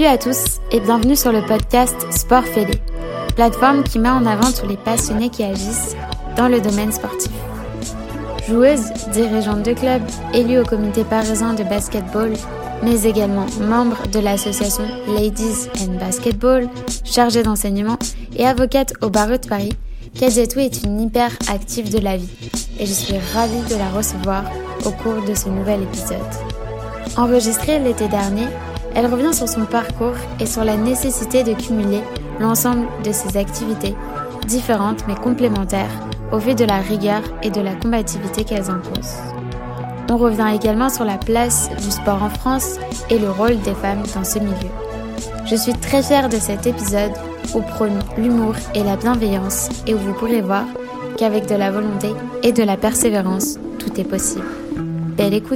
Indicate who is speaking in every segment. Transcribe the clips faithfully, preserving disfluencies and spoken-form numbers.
Speaker 1: Salut à tous et bienvenue sur le podcast Sport Fêlé, plateforme qui met en avant tous les passionnés qui agissent dans le domaine sportif. Joueuse, dirigeante de club, élue au comité parisien de basketball, mais également membre de l'association Ladies and Basketball, chargée d'enseignement et avocate au barreau de Paris, Kadiatou est une hyper active de la vie et je suis ravie de la recevoir au cours de ce nouvel épisode. Enregistrée l'été dernier, elle revient sur son parcours et sur la nécessité de cumuler l'ensemble de ses activités, différentes mais complémentaires, au vu de la rigueur et de la combativité qu'elles imposent. On revient également sur la place du sport en France et le rôle des femmes dans ce milieu. Je suis très fière de cet épisode où prône l'humour et la bienveillance et où vous pourrez voir qu'avec de la volonté et de la persévérance, tout est possible. Belle écoute!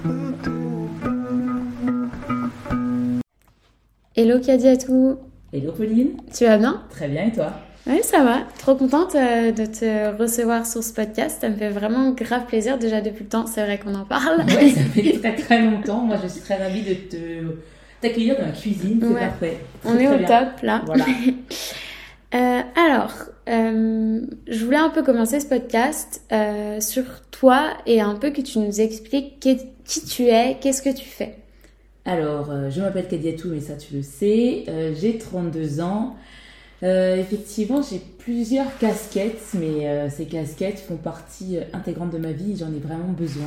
Speaker 1: Hello Kadiatou.
Speaker 2: Hello Pauline.
Speaker 1: Tu vas bien?
Speaker 2: Très bien, et toi?
Speaker 1: Oui, ça va. Trop contente euh, de te recevoir sur ce podcast. Ça me fait vraiment grave plaisir. Déjà depuis le temps, c'est vrai qu'on en parle.
Speaker 2: Oui, ça fait très très longtemps. Moi, je suis très ravie de te t'accueillir dans la cuisine. C'est ouais. Parfait.
Speaker 1: On est, est au bien. Top là.
Speaker 2: Voilà.
Speaker 1: euh, alors, euh, je voulais un peu commencer ce podcast euh, sur toi et un peu que tu nous expliques qui, qui tu es, qu'est-ce que tu fais.
Speaker 2: Alors, euh, je m'appelle Kadiatou, mais ça tu le sais. Euh, j'ai trente-deux ans. Euh, effectivement, j'ai plusieurs casquettes, mais euh, ces casquettes font partie euh, intégrante de ma vie et j'en ai vraiment besoin.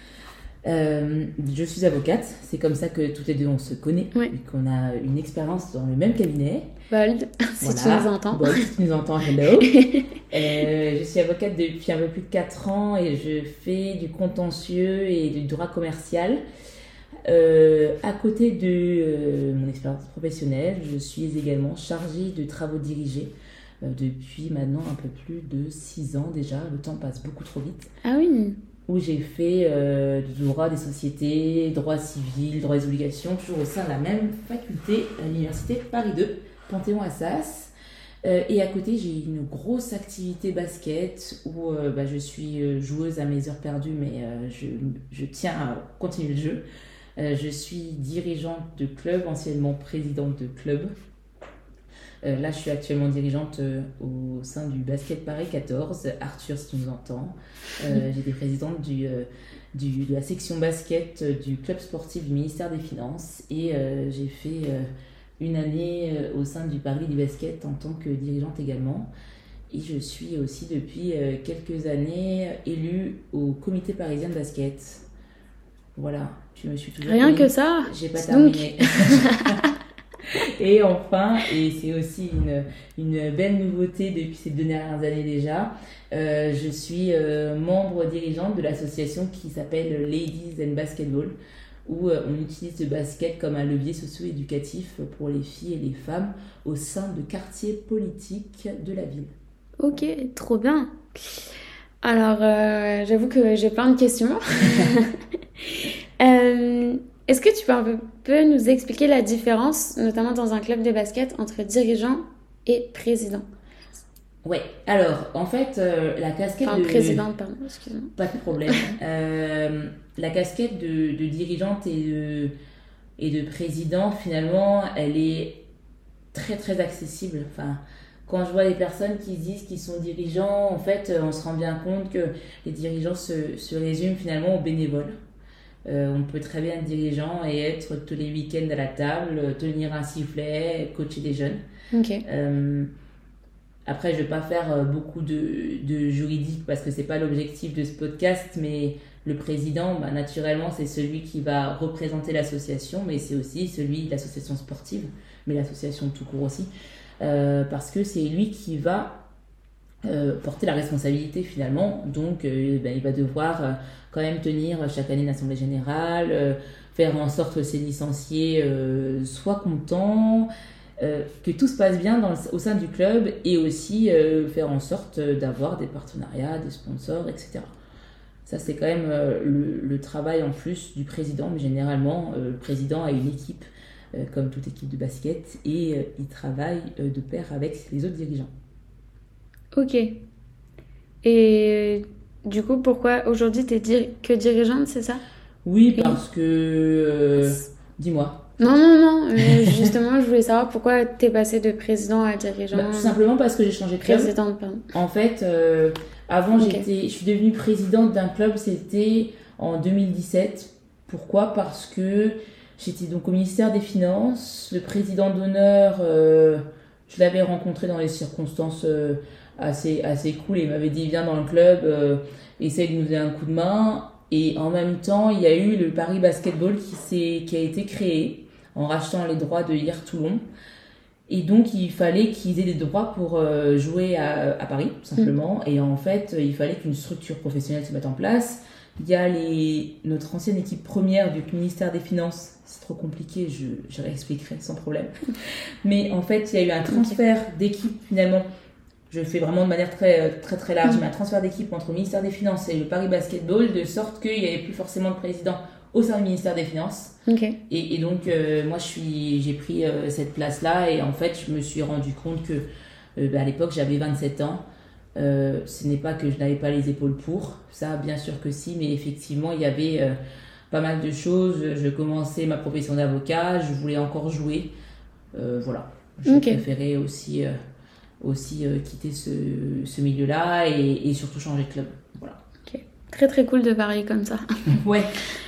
Speaker 2: Euh, je suis avocate, c'est comme ça que toutes les deux on se connaît,
Speaker 1: oui.
Speaker 2: Et qu'on a une expérience dans le même cabinet.
Speaker 1: Bold, si voilà. Tu nous entends.
Speaker 2: Bold, si tu nous entends, hello. euh, je suis avocate depuis un peu plus de quatre ans et je fais du contentieux et du droit commercial. Euh, à côté de euh, mon expérience professionnelle, je suis également chargée de travaux dirigés euh, depuis maintenant un peu plus de six ans déjà. Le temps passe beaucoup trop vite.
Speaker 1: Ah oui.
Speaker 2: Où j'ai fait euh, du droit des sociétés, droit civil, droit des obligations, toujours au sein de la même faculté à l'université Paris deux, Panthéon-Assas. Euh, et à côté, j'ai une grosse activité basket où euh, bah, je suis joueuse à mes heures perdues, mais euh, je, je tiens à continuer le jeu. Euh, je suis dirigeante de club, anciennement présidente de club. Euh, là, je suis actuellement dirigeante euh, au sein du Basket Paris quatorze. Arthur, si tu nous entends. Euh, j'étais présidente du, euh, du, de la section basket euh, du club sportif du ministère des Finances. Et euh, j'ai fait euh, une année euh, au sein du Paris du basket en tant que dirigeante également. Et je suis aussi depuis euh, quelques années élue au comité parisien de basket. Voilà, tu me suis toujours...
Speaker 1: Rien que ça.
Speaker 2: J'ai pas terminé. Et enfin, et c'est aussi une, une belle nouveauté depuis ces deux dernières années déjà, euh, je suis euh, membre dirigeante de l'association qui s'appelle Ladies and Basketball, où euh, on utilise le basket comme un levier socio-éducatif pour les filles et les femmes au sein de quartiers politiques de la ville.
Speaker 1: Ok, trop bien. Alors, euh, j'avoue que j'ai plein de questions. euh, est-ce que tu peux un peu, peu nous expliquer la différence, notamment dans un club de basket, entre dirigeant et président?
Speaker 2: Ouais, alors, en fait, euh, la casquette
Speaker 1: enfin,
Speaker 2: de...
Speaker 1: présidente, pardon, excuse-moi.
Speaker 2: Pas de problème. euh, la casquette de, de dirigeante et de, et de président, finalement, elle est très, très accessible. Enfin... Quand je vois les personnes qui disent qu'ils sont dirigeants, en fait, on se rend bien compte que les dirigeants se, se résument finalement aux bénévoles. Euh, on peut très bien être dirigeant et être tous les week-ends à la table, tenir un sifflet, coacher des jeunes.
Speaker 1: Okay.
Speaker 2: Euh, après, je ne vais pas faire beaucoup de, de juridique parce que ce n'est pas l'objectif de ce podcast, mais le président, bah, naturellement, c'est celui qui va représenter l'association, mais c'est aussi celui de l'association sportive, mais l'association tout court aussi. Euh, parce que c'est lui qui va euh, porter la responsabilité finalement, donc euh, ben, il va devoir euh, quand même tenir chaque année une assemblée générale, euh, faire en sorte que ses licenciés euh, soient contents, euh, que tout se passe bien dans le, au sein du club et aussi euh, faire en sorte d'avoir des partenariats, des sponsors, et cetera. Ça c'est quand même euh, le, le travail en plus du président, mais généralement euh, le président a une équipe Euh, comme toute équipe de basket, et euh, il travaille euh, de pair avec les autres dirigeants.
Speaker 1: Ok. Et du coup, pourquoi aujourd'hui tu es dir- que dirigeante, c'est ça?
Speaker 2: Oui, parce que... Euh, dis-moi.
Speaker 1: Non, non, non. Euh, justement, je voulais savoir pourquoi t'es passé de président à dirigeant.
Speaker 2: Bah, tout simplement parce que j'ai changé de club.
Speaker 1: Présidente, pardon.
Speaker 2: En fait, euh, avant,
Speaker 1: Ok.
Speaker 2: j'étais, je suis devenue présidente d'un club, c'était en deux mille dix-sept. Pourquoi? Parce que j'étais donc au ministère des Finances. Le président d'honneur, euh, je l'avais rencontré dans les circonstances euh, assez, assez cool. Il m'avait dit, viens dans le club, euh, essaye de nous donner un coup de main. Et en même temps, il y a eu le Paris Basketball qui, s'est, qui a été créé en rachetant les droits de I R Toulon. Et donc, il fallait qu'ils aient des droits pour euh, jouer à, à Paris, tout simplement. Mmh. Et en fait, il fallait qu'une structure professionnelle se mette en place. Il y a les, notre ancienne équipe première du ministère des Finances. C'est trop compliqué, je, je réexpliquerai sans problème. Mais en fait, il y a eu un transfert d'équipe, finalement. Je fais vraiment de manière très, très, très large. Mmh. Mais un transfert d'équipe entre le ministère des Finances et le Paris Basketball, de sorte qu'il n'y avait plus forcément de président au sein du ministère des Finances.
Speaker 1: Okay.
Speaker 2: Et, et donc, euh, moi, je suis, j'ai pris euh, cette place-là et en fait, je me suis rendu compte que euh, bah, à l'époque, j'avais vingt-sept ans. Euh, ce n'est pas que je n'avais pas les épaules pour, ça, bien sûr que si, mais effectivement, il y avait euh, pas mal de choses. Je commençais ma profession d'avocat, je voulais encore jouer. Euh, voilà, je okay. préférais aussi, euh, aussi euh, quitter ce, ce milieu-là et, et surtout changer de club. Voilà.
Speaker 1: Okay. Très, très cool de parler comme ça.
Speaker 2: Ouais.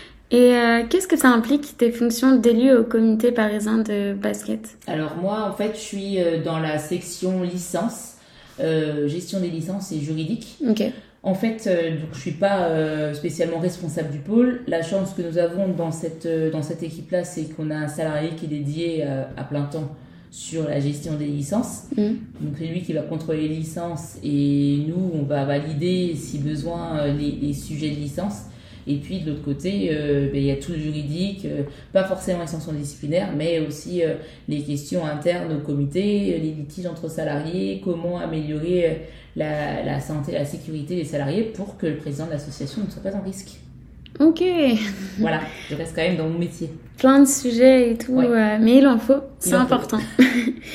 Speaker 1: Et euh, qu'est-ce que ça implique tes fonctions d'élu au comité parisien de basket?
Speaker 2: Alors moi, en fait, je suis dans la section licence, euh, gestion des licences et juridique.
Speaker 1: Ok.
Speaker 2: En fait, euh, donc, je ne suis pas euh, spécialement responsable du pôle. La chance que nous avons dans cette, euh, dans cette équipe-là, c'est qu'on a un salarié qui est dédié euh, à plein temps sur la gestion des licences. Mmh. Donc c'est lui qui va contrôler les licences et nous, on va valider, si besoin, les, les sujets de licence. Et puis de l'autre côté, euh, ben, il y a tout le juridique, euh, pas forcément les sanctions disciplinaires, mais aussi euh, les questions internes au comité, les litiges entre salariés, comment améliorer euh, la, la santé et la sécurité des salariés pour que le président de l'association ne soit pas en risque.
Speaker 1: Ok.
Speaker 2: Voilà, je reste quand même dans mon métier.
Speaker 1: Plein de sujets et tout, ouais. euh, mais il en faut, c'est il important. Faut.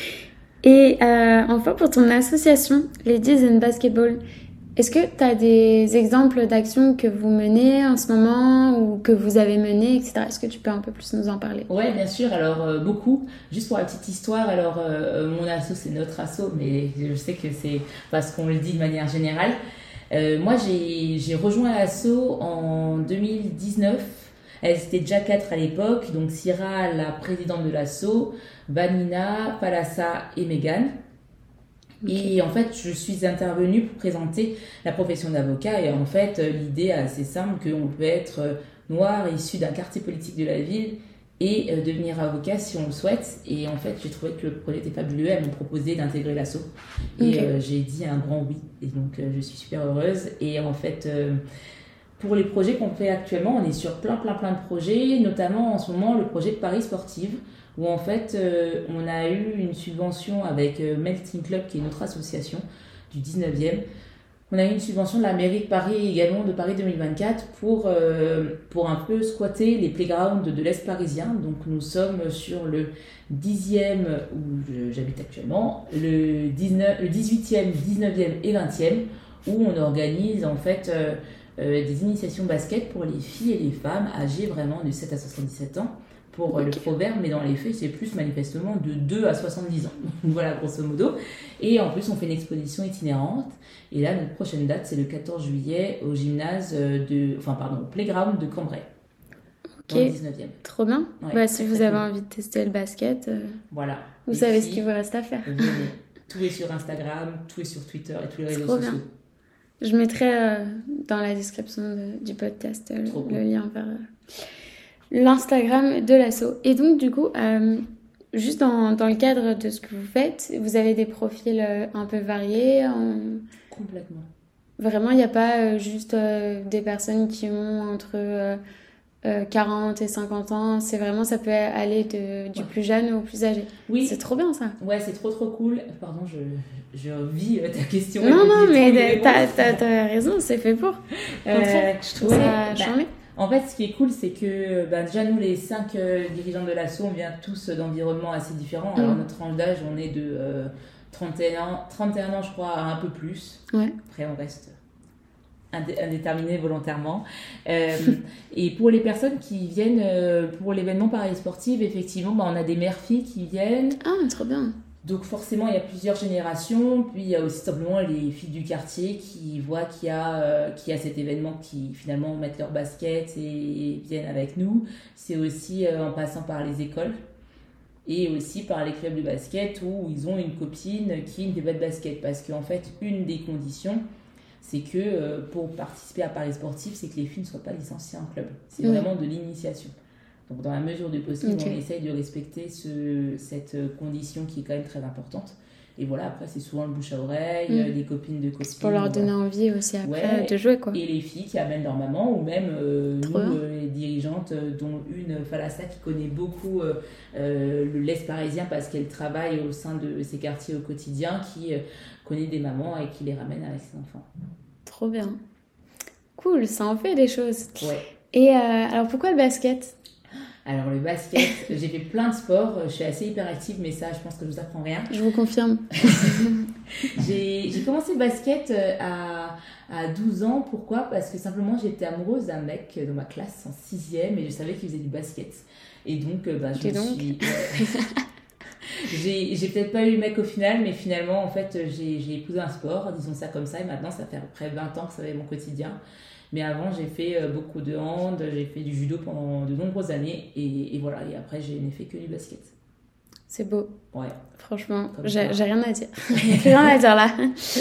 Speaker 1: Et euh, enfin, pour ton association, Ladies in Basketball, est-ce que tu as des exemples d'actions que vous menez en ce moment ou que vous avez menées, et cetera. Est-ce que tu peux un peu plus nous en parler?
Speaker 2: Oui, bien sûr. Alors, euh, beaucoup. Juste pour la petite histoire, alors, euh, mon asso, c'est notre asso, mais je sais que c'est parce qu'on le dit de manière générale. Euh, moi, j'ai, j'ai rejoint l'asso en deux mille dix-neuf. Elles étaient déjà quatre à l'époque. Donc, Syrah, la présidente de l'asso, Vanina, Palassa et Megan. Okay. Et en fait, je suis intervenue pour présenter la profession d'avocat. Et en fait, l'idée est assez simple, qu'on peut être noir, issu d'un quartier politique de la ville et devenir avocat si on le souhaite. Et en fait, j'ai trouvé que le projet était fabuleux. Elles m'ont proposé d'intégrer l'asso. Et okay. euh, j'ai dit un grand oui. Et donc, euh, je suis super heureuse. Et en fait, euh, pour les projets qu'on fait actuellement, on est sur plein, plein, plein de projets. Notamment, en ce moment, le projet de Paris Sportive, où en fait, euh, on a eu une subvention avec euh, Melting Club, qui est notre association du dix-neuvième. On a eu une subvention de la mairie de Paris et également de Paris deux mille vingt-quatre pour, euh, pour un peu squatter les playgrounds de, de l'Est parisien. Donc nous sommes sur le dixième, où je, j'habite actuellement, le, dix-neuf, le dix-huitième, dix-neuvième et vingtième, où on organise en fait euh, euh, des initiations basket pour les filles et les femmes âgées vraiment de sept à soixante-dix-sept ans. Pour okay. le proverbe, mais dans les faits, c'est plus manifestement de deux à soixante-dix ans. Voilà, grosso modo. Et en plus, on fait une exposition itinérante. Et là, notre prochaine date, c'est le quatorze juillet au gymnase de... Enfin, pardon, au playground de Cambrai.
Speaker 1: Ok. Dans le dix-neuvième. Trop bien. Ouais, bah, si vous avez cool. envie de tester le basket, euh,
Speaker 2: voilà.
Speaker 1: vous et savez si, ce qu'il vous reste à faire.
Speaker 2: Tout est sur Instagram, tout est sur Twitter et tous les réseaux
Speaker 1: Trop
Speaker 2: sociaux.
Speaker 1: Bien. Je mettrai euh, dans la description de, du podcast euh, le cool. lien vers... Euh, l'Instagram de l'asso. Et donc, du coup, euh, juste dans, dans le cadre de ce que vous faites, vous avez des profils euh, un peu variés en...
Speaker 2: Complètement.
Speaker 1: Vraiment, il n'y a pas euh, juste euh, des personnes qui ont entre euh, euh, quarante et cinquante ans. C'est vraiment, ça peut aller de, du ouais. plus jeune au plus âgé. Oui. C'est trop bien, ça.
Speaker 2: Ouais, c'est trop, trop cool. Pardon, je, je vis ta question.
Speaker 1: Non, non, mais t'as, t'as, t'as raison, c'est fait pour. Euh, je trouve ouais, ça charmé. Bah,
Speaker 2: En fait, ce qui est cool, c'est que ben, déjà, nous, les cinq euh, dirigeants de l'asso, on vient tous d'environnements assez différents. Alors, mmh. notre tranche d'âge, on est de euh, trente et un ans, trente et un ans, je crois, à un peu plus.
Speaker 1: Ouais.
Speaker 2: Après, on reste indé- indéterminé volontairement. Euh, et pour les personnes qui viennent euh, pour l'événement parasportif, effectivement, bah, on a des mères-filles qui viennent.
Speaker 1: Ah, trop bien.
Speaker 2: Donc forcément, il y a plusieurs générations. Puis il y a aussi simplement les filles du quartier qui voient qu'il y a, euh, qu'il y a cet événement, qui finalement mettent leur basket et viennent avec nous. C'est aussi euh, en passant par les écoles et aussi par les clubs de basket où ils ont une copine qui ne fait pas de basket. Parce qu'en fait, une des conditions, c'est que euh, pour participer à Paris Sportif, c'est que les filles ne soient pas licenciées en club. C'est
Speaker 1: Oui.
Speaker 2: vraiment de l'initiation. Donc dans la mesure du possible,
Speaker 1: Ok.
Speaker 2: on essaye de respecter ce, cette condition qui est quand même très importante. Et voilà, après c'est souvent le bouche à oreille,
Speaker 1: Mm.
Speaker 2: euh, des copines de copines.
Speaker 1: C'est pour leur donner
Speaker 2: voilà.
Speaker 1: envie aussi après
Speaker 2: Ouais.
Speaker 1: de jouer, quoi.
Speaker 2: Et les filles qui amènent leur maman, ou même euh,
Speaker 1: Trop
Speaker 2: nous,
Speaker 1: bien.
Speaker 2: euh, les dirigeantes, euh, dont une, Falassa, qui connaît beaucoup euh, euh, le l'Est parisien parce qu'elle travaille au sein de ces quartiers au quotidien, qui euh, connaît des mamans et qui les ramène avec ses enfants.
Speaker 1: Trop bien. Cool, ça en fait des choses.
Speaker 2: Ouais.
Speaker 1: Et euh, alors pourquoi le basket?
Speaker 2: Alors le basket, j'ai fait plein de sports, je suis assez hyperactive, mais ça je pense que je vous apprends rien.
Speaker 1: Je vous confirme.
Speaker 2: J'ai, j'ai commencé le basket à, à douze ans, pourquoi? Parce que simplement j'étais amoureuse d'un mec dans ma classe en sixième et je savais qu'il faisait du basket. Et donc euh, bah, je
Speaker 1: Dis
Speaker 2: me
Speaker 1: donc.
Speaker 2: suis... ouais. j'ai, j'ai peut-être pas eu le mec au final, mais finalement en fait j'ai, j'ai épousé un sport, disons ça comme ça, et maintenant ça fait à peu près vingt ans que ça va être mon quotidien. Mais avant, j'ai fait euh, beaucoup de hand, j'ai fait du judo pendant de nombreuses années, et, et voilà, et après, je n'ai fait que du basket.
Speaker 1: C'est beau,
Speaker 2: Ouais.
Speaker 1: franchement.
Speaker 2: Comme
Speaker 1: J'ai
Speaker 2: ça.
Speaker 1: j'ai rien à dire. J'ai plus rien à dire là.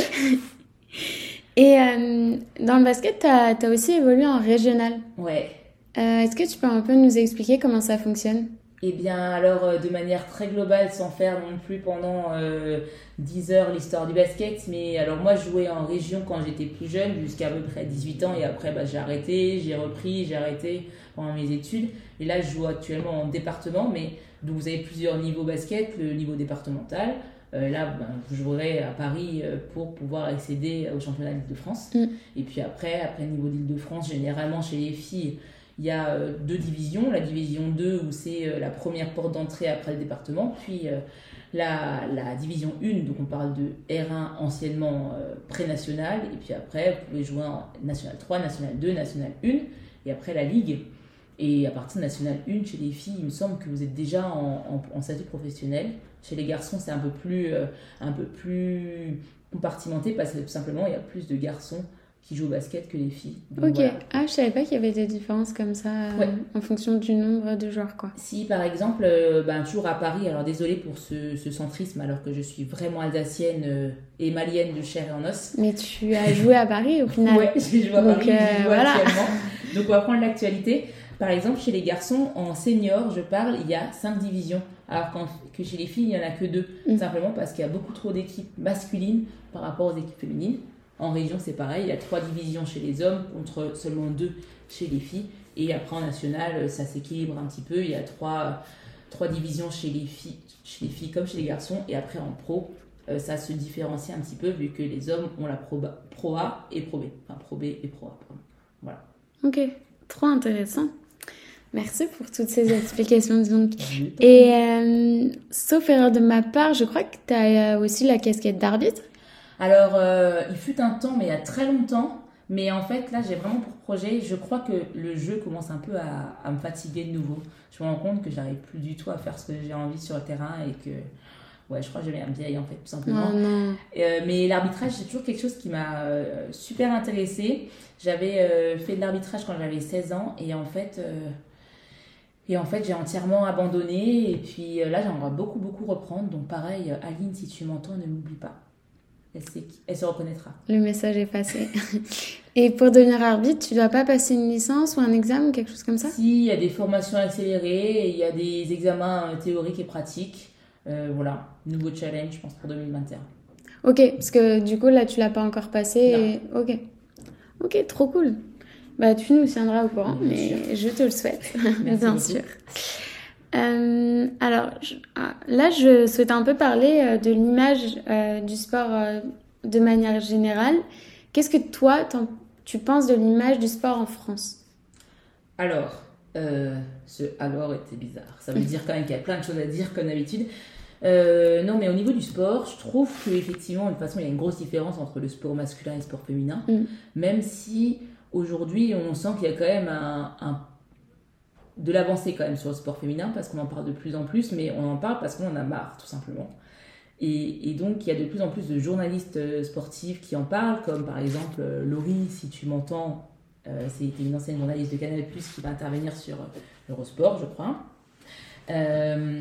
Speaker 1: Et euh, dans le basket, t'as as aussi évolué en régional.
Speaker 2: Ouais.
Speaker 1: Euh, Est-ce que tu peux un peu nous expliquer comment ça fonctionne?
Speaker 2: Eh bien, alors, euh, de manière très globale, sans faire non plus pendant euh, dix heures l'histoire du basket, mais alors moi, je jouais en région quand j'étais plus jeune, jusqu'à à peu près dix-huit ans, et après, bah, j'ai arrêté, j'ai repris, j'ai arrêté pendant mes études, et là, je joue actuellement en département, mais donc vous avez plusieurs niveaux basket, le niveau départemental, euh, là, ben, je jouerai à Paris euh, pour pouvoir accéder au championnat d'Île-de-France,
Speaker 1: Mm.
Speaker 2: et puis après, après le niveau d'Île-de-France, généralement chez les filles, il y a euh, deux divisions, la division deux où c'est euh, la première porte d'entrée après le département, puis euh, la, la division un, donc on parle de R un anciennement euh, pré-national, et puis après vous pouvez jouer en national trois, national deux, national un, et après la ligue. Et à partir de national un, chez les filles, il me semble que vous êtes déjà en, en, en statut professionnel. Chez les garçons, c'est un peu plus, euh, un peu plus compartimenté parce que tout simplement, il y a plus de garçons qui jouent au basket que les filles. Donc,
Speaker 1: Ok.
Speaker 2: voilà.
Speaker 1: Ah, je savais pas qu'il y avait des différences comme ça euh,
Speaker 2: Ouais.
Speaker 1: en fonction du nombre de joueurs, quoi.
Speaker 2: Si par exemple, euh, ben, toujours à Paris, alors désolée pour ce, ce centrisme alors que je suis vraiment alsacienne euh, et malienne de chair et en os.
Speaker 1: Mais tu as joué à Paris au final.
Speaker 2: Ouais, j'ai joué à
Speaker 1: Donc,
Speaker 2: Paris,
Speaker 1: euh,
Speaker 2: j'y joue
Speaker 1: voilà.
Speaker 2: actuellement. Donc on va prendre l'actualité. Par exemple, chez les garçons, en senior, je parle, il y a cinq divisions. Alors qu'en- que chez les filles, il n'y en a que deux.
Speaker 1: Mm.
Speaker 2: Simplement parce qu'il y a beaucoup trop d'équipes masculines par rapport aux équipes féminines. En région, c'est pareil. Il y a trois divisions chez les hommes contre seulement deux chez les filles. Et après, en national, ça s'équilibre un petit peu. Il y a trois, trois divisions chez les, filles, chez les filles comme chez les garçons. Et après, en pro, euh, ça se différencie un petit peu vu que les hommes ont la pro, pro A et pro B. Enfin, pro B et pro A. pardon. Voilà.
Speaker 1: Ok, trop intéressant. Merci pour toutes ces explications. Disons. Et euh, sauf erreur de ma part, je crois que tu as aussi la casquette d'arbitre.
Speaker 2: Alors, euh, il fut un temps, mais il y a très longtemps. Mais en fait, là, j'ai vraiment pour projet, je crois que le jeu commence un peu à, à me fatiguer de nouveau. Je me rends compte que j'arrive plus du tout à faire ce que j'ai envie sur le terrain et que, ouais, je crois que je deviens vieille en fait, tout simplement.
Speaker 1: Oh non.
Speaker 2: Euh, mais l'arbitrage, c'est toujours quelque chose qui m'a euh, super intéressée. J'avais euh, fait de l'arbitrage quand j'avais seize ans et en fait, euh, et en fait j'ai entièrement abandonné. Et puis euh, là, j'aimerais beaucoup, beaucoup reprendre. Donc pareil, euh, Aline, si tu m'entends, ne m'oublie pas. Elle, sait qui- elle se reconnaîtra.
Speaker 1: Le message est passé. Et pour devenir arbitre, tu dois pas passer une licence ou un examen ou quelque chose comme ça?
Speaker 2: Si, il y a des formations accélérées, il y a des examens euh, théoriques et pratiques. Euh, voilà, nouveau challenge, je pense, pour deux mille vingt et un.
Speaker 1: Ok, parce que du coup, là, tu l'as pas encore passé. Et... Ok. Ok, trop cool. Bah, tu nous tiendras au courant,
Speaker 2: Bien
Speaker 1: mais je te le souhaite.
Speaker 2: Merci
Speaker 1: Bien
Speaker 2: beaucoup.
Speaker 1: sûr. Euh, alors, je- ah, là, je souhaitais un peu parler euh, de l'image euh, du sport euh, de manière générale. Qu'est-ce que toi, t'en- tu penses de l'image du sport en France?
Speaker 2: Alors, euh, ce alors était bizarre. Ça veut dire quand même qu'il y a plein de choses à dire comme d'habitude. Euh, non, mais au niveau du sport, je trouve qu'effectivement, de toute façon, il y a une grosse différence entre le sport masculin et le sport féminin. Mm. Même si aujourd'hui, on sent qu'il y a quand même un, un, de l'avancée quand même sur le sport féminin, parce qu'on en parle de plus en plus, mais on en parle parce qu'on en a marre, tout simplement. Et, et donc, il y a de plus en plus de journalistes sportifs qui en parlent, comme par exemple Laurie, si tu m'entends, euh, c'est une ancienne journaliste de Canal plus, qui va intervenir sur Eurosport, je crois. Euh,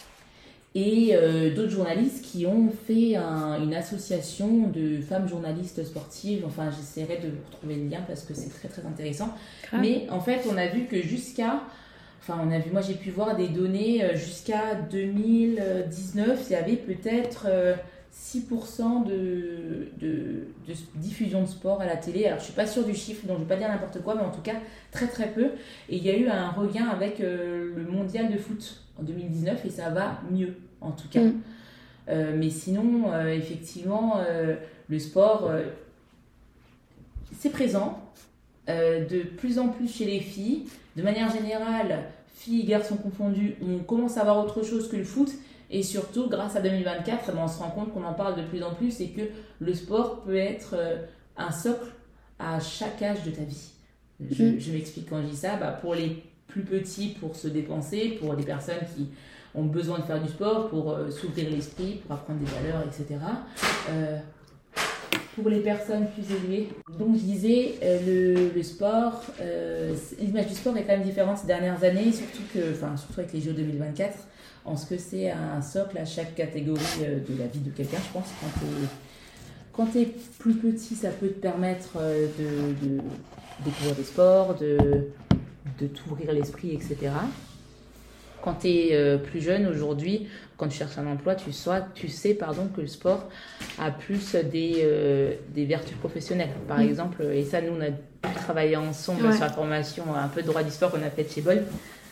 Speaker 2: et euh, d'autres journalistes qui ont fait un, une association de femmes journalistes sportives. Enfin, j'essaierai de vous retrouver le lien parce que c'est très très intéressant. Ah. Mais en fait, on a vu que jusqu'à, enfin, on a vu, moi j'ai pu voir des données jusqu'à deux mille dix-neuf, il y avait peut-être euh, six pour cent de, de, de diffusion de sport à la télé. Alors, je suis pas sûre du chiffre, donc je vais pas dire n'importe quoi, mais en tout cas très très peu. Et il y a eu un regain avec euh, le mondial de foot en deux mille dix-neuf et ça va mieux en tout cas. Mmh. Euh, mais sinon, euh, effectivement, euh, le sport, euh, c'est présent euh, de plus en plus chez les filles. De manière générale, filles et garçons confondus, on commence à avoir autre chose que le foot. Et surtout, grâce à deux mille vingt-quatre, on se rend compte qu'on en parle de plus en plus et que le sport peut être euh, un socle à chaque âge de ta vie. Je, mmh. je m'explique quand je dis ça. Bah, pour les plus petits, pour se dépenser, pour les personnes qui ont besoin de faire du sport, pour euh, s'ouvrir l'esprit, pour apprendre des valeurs, et cetera. Euh, pour les personnes plus élevées. Donc je disais, euh, le, le sport, euh, l'image du sport est quand même différente ces dernières années, surtout, que, enfin, surtout avec les J O deux mille vingt-quatre, en ce que c'est un socle à chaque catégorie euh, de la vie de quelqu'un, je pense. Quand t'es, quand t'es plus petit, ça peut te permettre euh, de, de découvrir des sports, de, de t'ouvrir l'esprit, et cetera. Quand tu es euh, plus jeune aujourd'hui, quand tu cherches un emploi, tu, sois, tu sais pardon, que le sport a plus des, euh, des vertus professionnelles. Par mmh. exemple, et ça, nous, on a travaillé ensemble ouais. sur la formation un peu de droit du sport qu'on a faite chez Bol.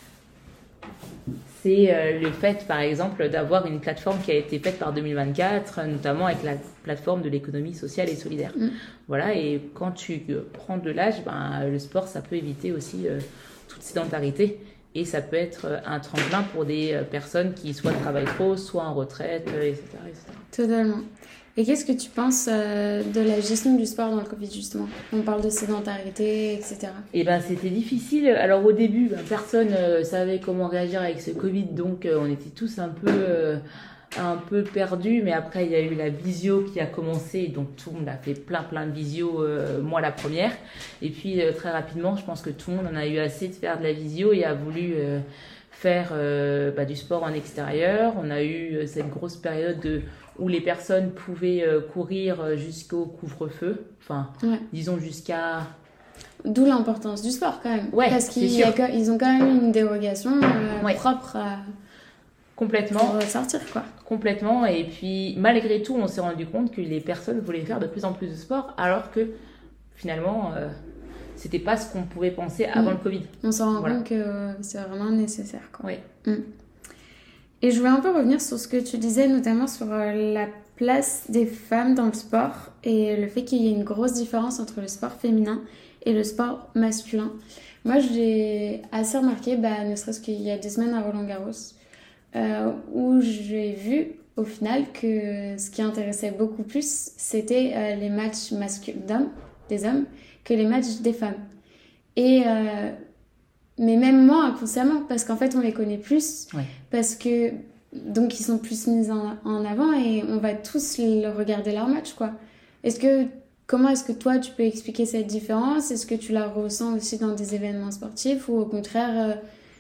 Speaker 2: C'est euh, le fait, par exemple, d'avoir une plateforme qui a été faite par deux mille vingt-quatre, notamment avec la plateforme de l'économie sociale et solidaire. Mmh. Voilà, et quand tu euh, prends de l'âge, ben, le sport, ça peut éviter aussi euh, toute sédentarité. Et ça peut être un tremplin pour des personnes qui soit travaillent trop, soit en retraite, et cetera, et cetera.
Speaker 1: Totalement. Et qu'est-ce que tu penses de la gestion du sport dans le Covid, justement ? On parle de sédentarité, et cetera.
Speaker 2: Eh ben, c'était difficile. Alors, au début, ben, personne ne savait comment réagir avec ce Covid, donc euh, on était tous un peu... Euh, un peu perdu, mais après il y a eu la visio qui a commencé, donc tout le monde a fait plein plein de visio, euh, moi la première, et puis euh, très rapidement je pense que tout le monde en a eu assez de faire de la visio et a voulu euh, faire euh, bah, du sport en extérieur. On a eu euh, cette grosse période de, où les personnes pouvaient euh, courir jusqu'au couvre-feu, enfin ouais. disons jusqu'à...
Speaker 1: D'où l'importance du sport quand même,
Speaker 2: ouais,
Speaker 1: parce qu'ils y a, ils ont quand même une dérogation euh, ouais. propre à...
Speaker 2: Complètement.
Speaker 1: Pour sortir, quoi.
Speaker 2: Complètement. Et puis, malgré tout, on s'est rendu compte que les personnes voulaient faire de plus en plus de sport, alors que, finalement, euh, c'était pas ce qu'on pouvait penser avant mmh. le Covid.
Speaker 1: On s'en rend voilà. compte que c'est vraiment nécessaire, quoi. Oui. Mmh. Et je voulais un peu revenir sur ce que tu disais, notamment sur la place des femmes dans le sport et le fait qu'il y ait une grosse différence entre le sport féminin et le sport masculin. Moi, je l'ai assez remarqué, bah, ne serait-ce qu'il y a des semaines à Roland-Garros, Euh, où j'ai vu au final que ce qui intéressait beaucoup plus c'était euh, les matchs masculins d'hommes, des hommes que les matchs des femmes. Et euh, mais même moi inconsciemment, parce qu'en fait on les connaît plus, ouais. parce que donc ils sont plus mis en, en avant et on va tous le regarder leur match, quoi. Est-ce que comment est-ce que toi tu peux expliquer cette différence ? Est-ce que tu la ressens aussi dans des événements sportifs ou au contraire euh,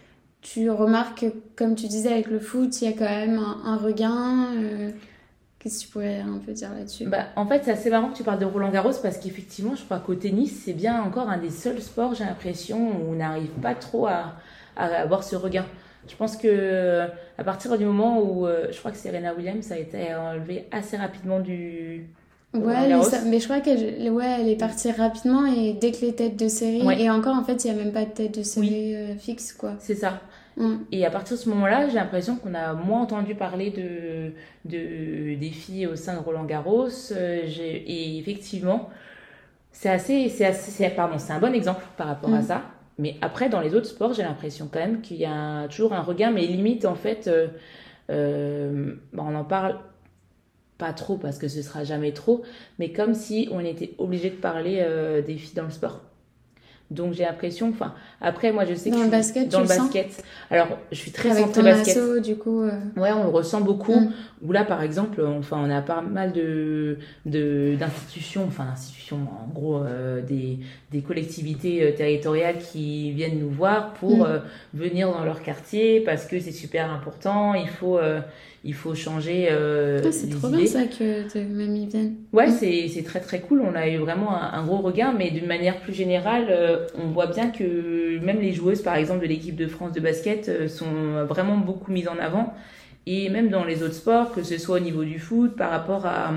Speaker 1: tu remarques que, comme tu disais avec le foot, il y a quand même un, un regain. Euh, qu'est-ce que tu pourrais un peu dire là-dessus ?
Speaker 2: Bah, en fait, c'est assez marrant que tu parles de Roland-Garros parce qu'effectivement, je crois qu'au tennis, c'est bien encore un des seuls sports, j'ai l'impression, où on n'arrive pas trop à, à avoir ce regain. Je pense que à partir du moment où, euh, je crois que Serena Williams a été enlevée assez rapidement du...
Speaker 1: Ouais, mais, ça, mais je crois qu'elle ouais, elle est partie rapidement et dès que les têtes de série... Ouais. Et encore, en fait, il n'y a même pas de tête de série oui. euh, fixe, quoi.
Speaker 2: C'est ça. Mm. Et à partir de ce moment-là, j'ai l'impression qu'on a moins entendu parler de, de, des filles au sein de Roland-Garros. Euh, j'ai, et effectivement, c'est, assez, c'est, assez, c'est, pardon, c'est un bon exemple par rapport mm. à ça. Mais après, dans les autres sports, j'ai l'impression quand même qu'il y a toujours un regain, mais limite, en fait... Euh, euh, bah, on en parle pas trop parce que ce sera jamais trop, mais comme si on était obligé de parler euh, des filles dans le sport. Donc j'ai l'impression, enfin après moi je sais
Speaker 1: dans
Speaker 2: que
Speaker 1: le
Speaker 2: je
Speaker 1: basket,
Speaker 2: suis dans
Speaker 1: tu
Speaker 2: le
Speaker 1: le
Speaker 2: basket. Sens Alors je suis très
Speaker 1: avec
Speaker 2: centrée
Speaker 1: ton
Speaker 2: basket.
Speaker 1: asso, du coup. Euh...
Speaker 2: Ouais, on le ressent beaucoup.
Speaker 1: Mm.
Speaker 2: Où là par exemple, enfin on a pas mal de, de d'institutions, enfin d'institutions en gros euh, des des collectivités euh, territoriales qui viennent nous voir pour
Speaker 1: Mm.
Speaker 2: euh, venir dans leur quartier parce que c'est super important. Il faut euh, il faut changer euh,
Speaker 1: Ah, c'est
Speaker 2: les
Speaker 1: trop
Speaker 2: idées.
Speaker 1: bien ça que tes mamies viennent.
Speaker 2: Ouais,
Speaker 1: Mm.
Speaker 2: c'est c'est très très cool. On a eu vraiment un, un gros regain, mais d'une manière plus générale, euh, on voit bien que même les joueuses, par exemple, de l'équipe de France de basket, euh, sont vraiment beaucoup mises en avant. Et même dans les autres sports, que ce soit au niveau du foot, par rapport à,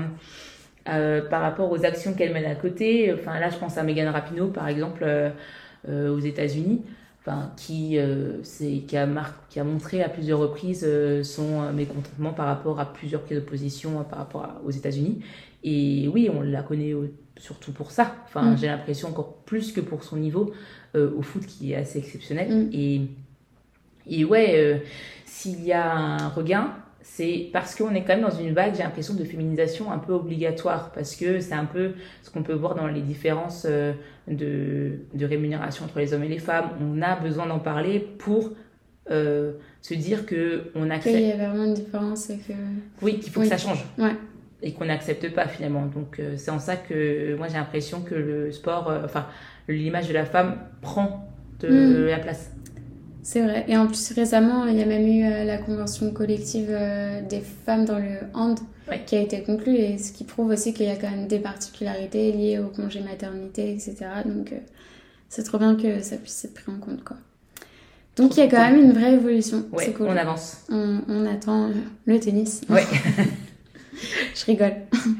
Speaker 2: à- par rapport aux actions qu'elles mènent à côté. Enfin, là, je pense à Megan Rapinoe, par exemple, euh, euh, aux États-Unis, enfin, qui, euh, c'est, qui, a mar- qui a montré à plusieurs reprises euh, son euh, mécontentement par rapport à plusieurs prises de position euh, par rapport à- aux États-Unis. Et oui, on la connaît euh, surtout pour ça. Enfin,
Speaker 1: Mm.
Speaker 2: j'ai l'impression encore plus que pour son niveau euh, au foot qui est assez exceptionnel.
Speaker 1: Mm.
Speaker 2: Et, et ouais, euh, s'il y a un regain, c'est parce qu'on est quand même dans une vague, j'ai l'impression, de féminisation un peu obligatoire. Parce que c'est un peu ce qu'on peut voir dans les différences euh, de, de rémunération entre les hommes et les femmes. On a besoin d'en parler pour euh, se dire qu'on
Speaker 1: Qu'il
Speaker 2: accepte.
Speaker 1: y a vraiment une différence et que.
Speaker 2: Oui, qu'il faut
Speaker 1: Oui.
Speaker 2: que ça change.
Speaker 1: Ouais.
Speaker 2: Et qu'on n'accepte pas finalement. Donc euh, c'est en ça que moi j'ai l'impression que le sport, euh, enfin l'image de la femme prend de
Speaker 1: Mm.
Speaker 2: la place.
Speaker 1: C'est vrai. Et en plus, récemment, il y a même eu euh, la convention collective euh, des femmes dans le hand
Speaker 2: Ouais.
Speaker 1: qui a été conclue, et ce qui prouve aussi qu'il y a quand même des particularités liées au congé maternité, et cetera. Donc, euh, c'est trop bien que ça puisse être pris en compte, quoi. Donc,
Speaker 2: Trop
Speaker 1: il y a quand
Speaker 2: cool.
Speaker 1: même une vraie évolution.
Speaker 2: Ouais,
Speaker 1: C'est cool.
Speaker 2: on avance.
Speaker 1: On, on attend euh, le tennis.
Speaker 2: Ouais.
Speaker 1: Je rigole.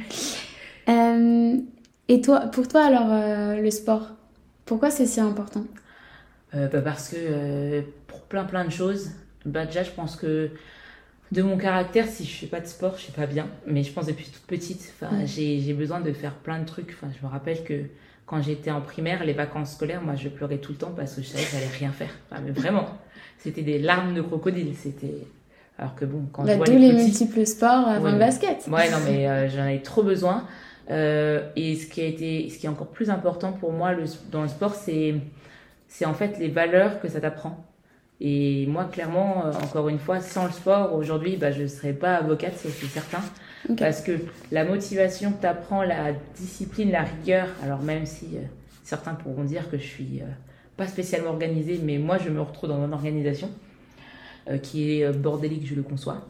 Speaker 1: Euh, et toi, pour toi, alors, euh, le sport, pourquoi c'est si important?
Speaker 2: Euh, bah, parce que euh, pour plein plein de choses, bah, déjà je pense que de mon caractère, si je fais pas de sport, je suis pas bien. Mais je pense depuis toute petite, enfin,
Speaker 1: Mm.
Speaker 2: j'ai, j'ai besoin de faire plein de trucs. Enfin, je me rappelle que quand j'étais en primaire, les vacances scolaires, moi je pleurais tout le temps parce que je savais que j'allais rien faire. Enfin, mais vraiment, c'était des larmes de crocodile. C'était... Alors que bon, quand
Speaker 1: Bah,
Speaker 2: je vois
Speaker 1: d'où
Speaker 2: les
Speaker 1: les
Speaker 2: petits...
Speaker 1: multiples sports avant
Speaker 2: Ouais,
Speaker 1: le
Speaker 2: mais-
Speaker 1: basket.
Speaker 2: Ouais, non, mais euh, j'en avais trop besoin. Euh, et ce qui a été, ce qui est encore plus important pour moi le, dans le sport, c'est, c'est en fait les valeurs que ça t'apprend. Et moi, clairement, euh, encore une fois, sans le sport, aujourd'hui, bah, je ne serais pas avocate, c'est, c'est certain.
Speaker 1: Ok.
Speaker 2: Parce que la motivation que tu apprends, la discipline, la rigueur, alors même si euh, certains pourront dire que je suis euh, pas spécialement organisée, mais moi, je me retrouve dans une organisation euh, qui est euh, bordélique, je le conçois.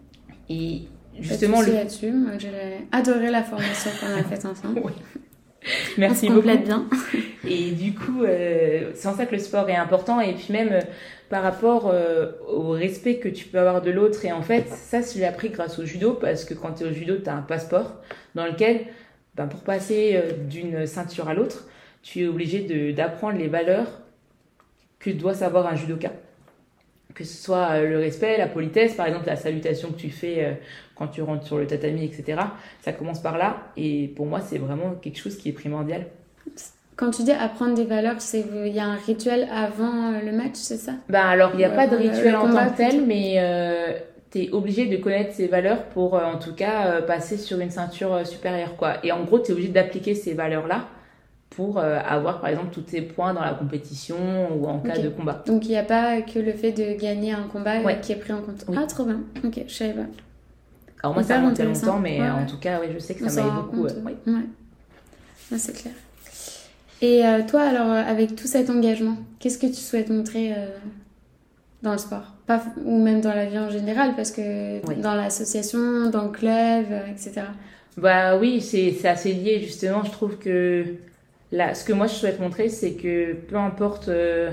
Speaker 2: Et justement,
Speaker 1: Pas de souci
Speaker 2: le...
Speaker 1: là-dessus. Moi, j'ai adoré la formation qu'on a faite ensemble.
Speaker 2: Oui.
Speaker 1: On
Speaker 2: Merci
Speaker 1: se
Speaker 2: beaucoup.
Speaker 1: complète bien.
Speaker 2: Et du coup, euh, c'est en ça que le sport est important. Et puis même euh, par rapport euh, au respect que tu peux avoir de l'autre. Et en fait, ça, je l'ai appris grâce au judo. Parce que quand tu es au judo, tu as un passeport dans lequel, ben, pour passer euh, d'une ceinture à l'autre, tu es obligé de, d'apprendre les valeurs que doit savoir un judoka. Que ce soit euh, le respect, la politesse, par exemple la salutation que tu fais euh, quand tu rentres sur le tatami, et cetera. Ça commence par là. Et pour moi, c'est vraiment quelque chose qui est primordial.
Speaker 1: Quand tu dis apprendre des valeurs, c'est il y a un rituel avant euh, le match, c'est ça?
Speaker 2: Ben alors, il n'y a
Speaker 1: Ouais,
Speaker 2: pas de
Speaker 1: le-
Speaker 2: rituel
Speaker 1: le
Speaker 2: en
Speaker 1: combat,
Speaker 2: tant que tel,
Speaker 1: plutôt.
Speaker 2: mais euh, tu es obligé de connaître ces valeurs pour, euh, en tout cas, euh, passer sur une ceinture euh, supérieure, quoi. Et en gros, tu es obligé d'appliquer ces valeurs-là pour euh, avoir, par exemple, tous tes points dans la compétition ou en cas
Speaker 1: Ok.
Speaker 2: de combat.
Speaker 1: Donc il n'y a pas que le fait de gagner un combat euh,
Speaker 2: Ouais.
Speaker 1: qui est pris en compte.
Speaker 2: Oui.
Speaker 1: Ah, trop bien. Ok, je savais pas.
Speaker 2: Alors moi, ça
Speaker 1: Hyper
Speaker 2: remonte il y a
Speaker 1: intéressant.
Speaker 2: longtemps, mais
Speaker 1: Ouais,
Speaker 2: euh, en
Speaker 1: ouais.
Speaker 2: tout cas, oui, je sais que
Speaker 1: On
Speaker 2: ça
Speaker 1: s'en
Speaker 2: m'a
Speaker 1: rend
Speaker 2: beaucoup...
Speaker 1: compte.
Speaker 2: euh, oui.
Speaker 1: Ouais. Ouais, c'est clair. Et euh, toi, alors, euh, avec tout cet engagement, qu'est-ce que tu souhaites montrer euh, dans le sport? Pas, f- ou même dans la vie en général, parce que
Speaker 2: Oui.
Speaker 1: dans l'association, dans le club, euh, et cetera.
Speaker 2: Bah oui, c'est c'est assez lié justement. Je trouve que là, ce que moi je souhaite montrer, c'est que peu importe euh,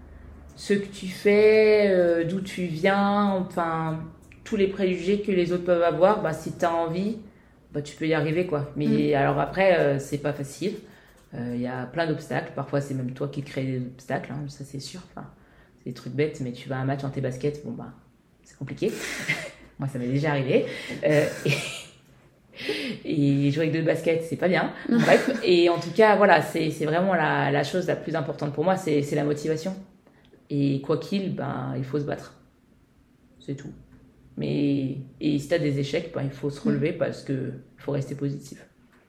Speaker 2: ce que tu fais, euh, d'où tu viens, enfin tous les préjugés que les autres peuvent avoir, bah si tu as envie, bah tu peux y arriver quoi. Mais alors après, euh, c'est pas facile. Il y a plein d'obstacles. Parfois, c'est même toi qui te crée des obstacles, hein, ça c'est sûr. Enfin, c'est des trucs bêtes, mais tu vas à un match en tes baskets, bon bah c'est compliqué. Moi, ça m'est déjà arrivé. Euh, et... Et jouer avec deux baskets, c'est pas bien. Bref, et en tout cas, voilà, c'est, c'est vraiment la, la chose la plus importante pour moi, c'est, c'est la motivation. Et quoi qu'il, ben, il faut se battre. C'est tout. Mais, et si tu as des échecs, ben, il faut se relever parce qu'il faut rester positif.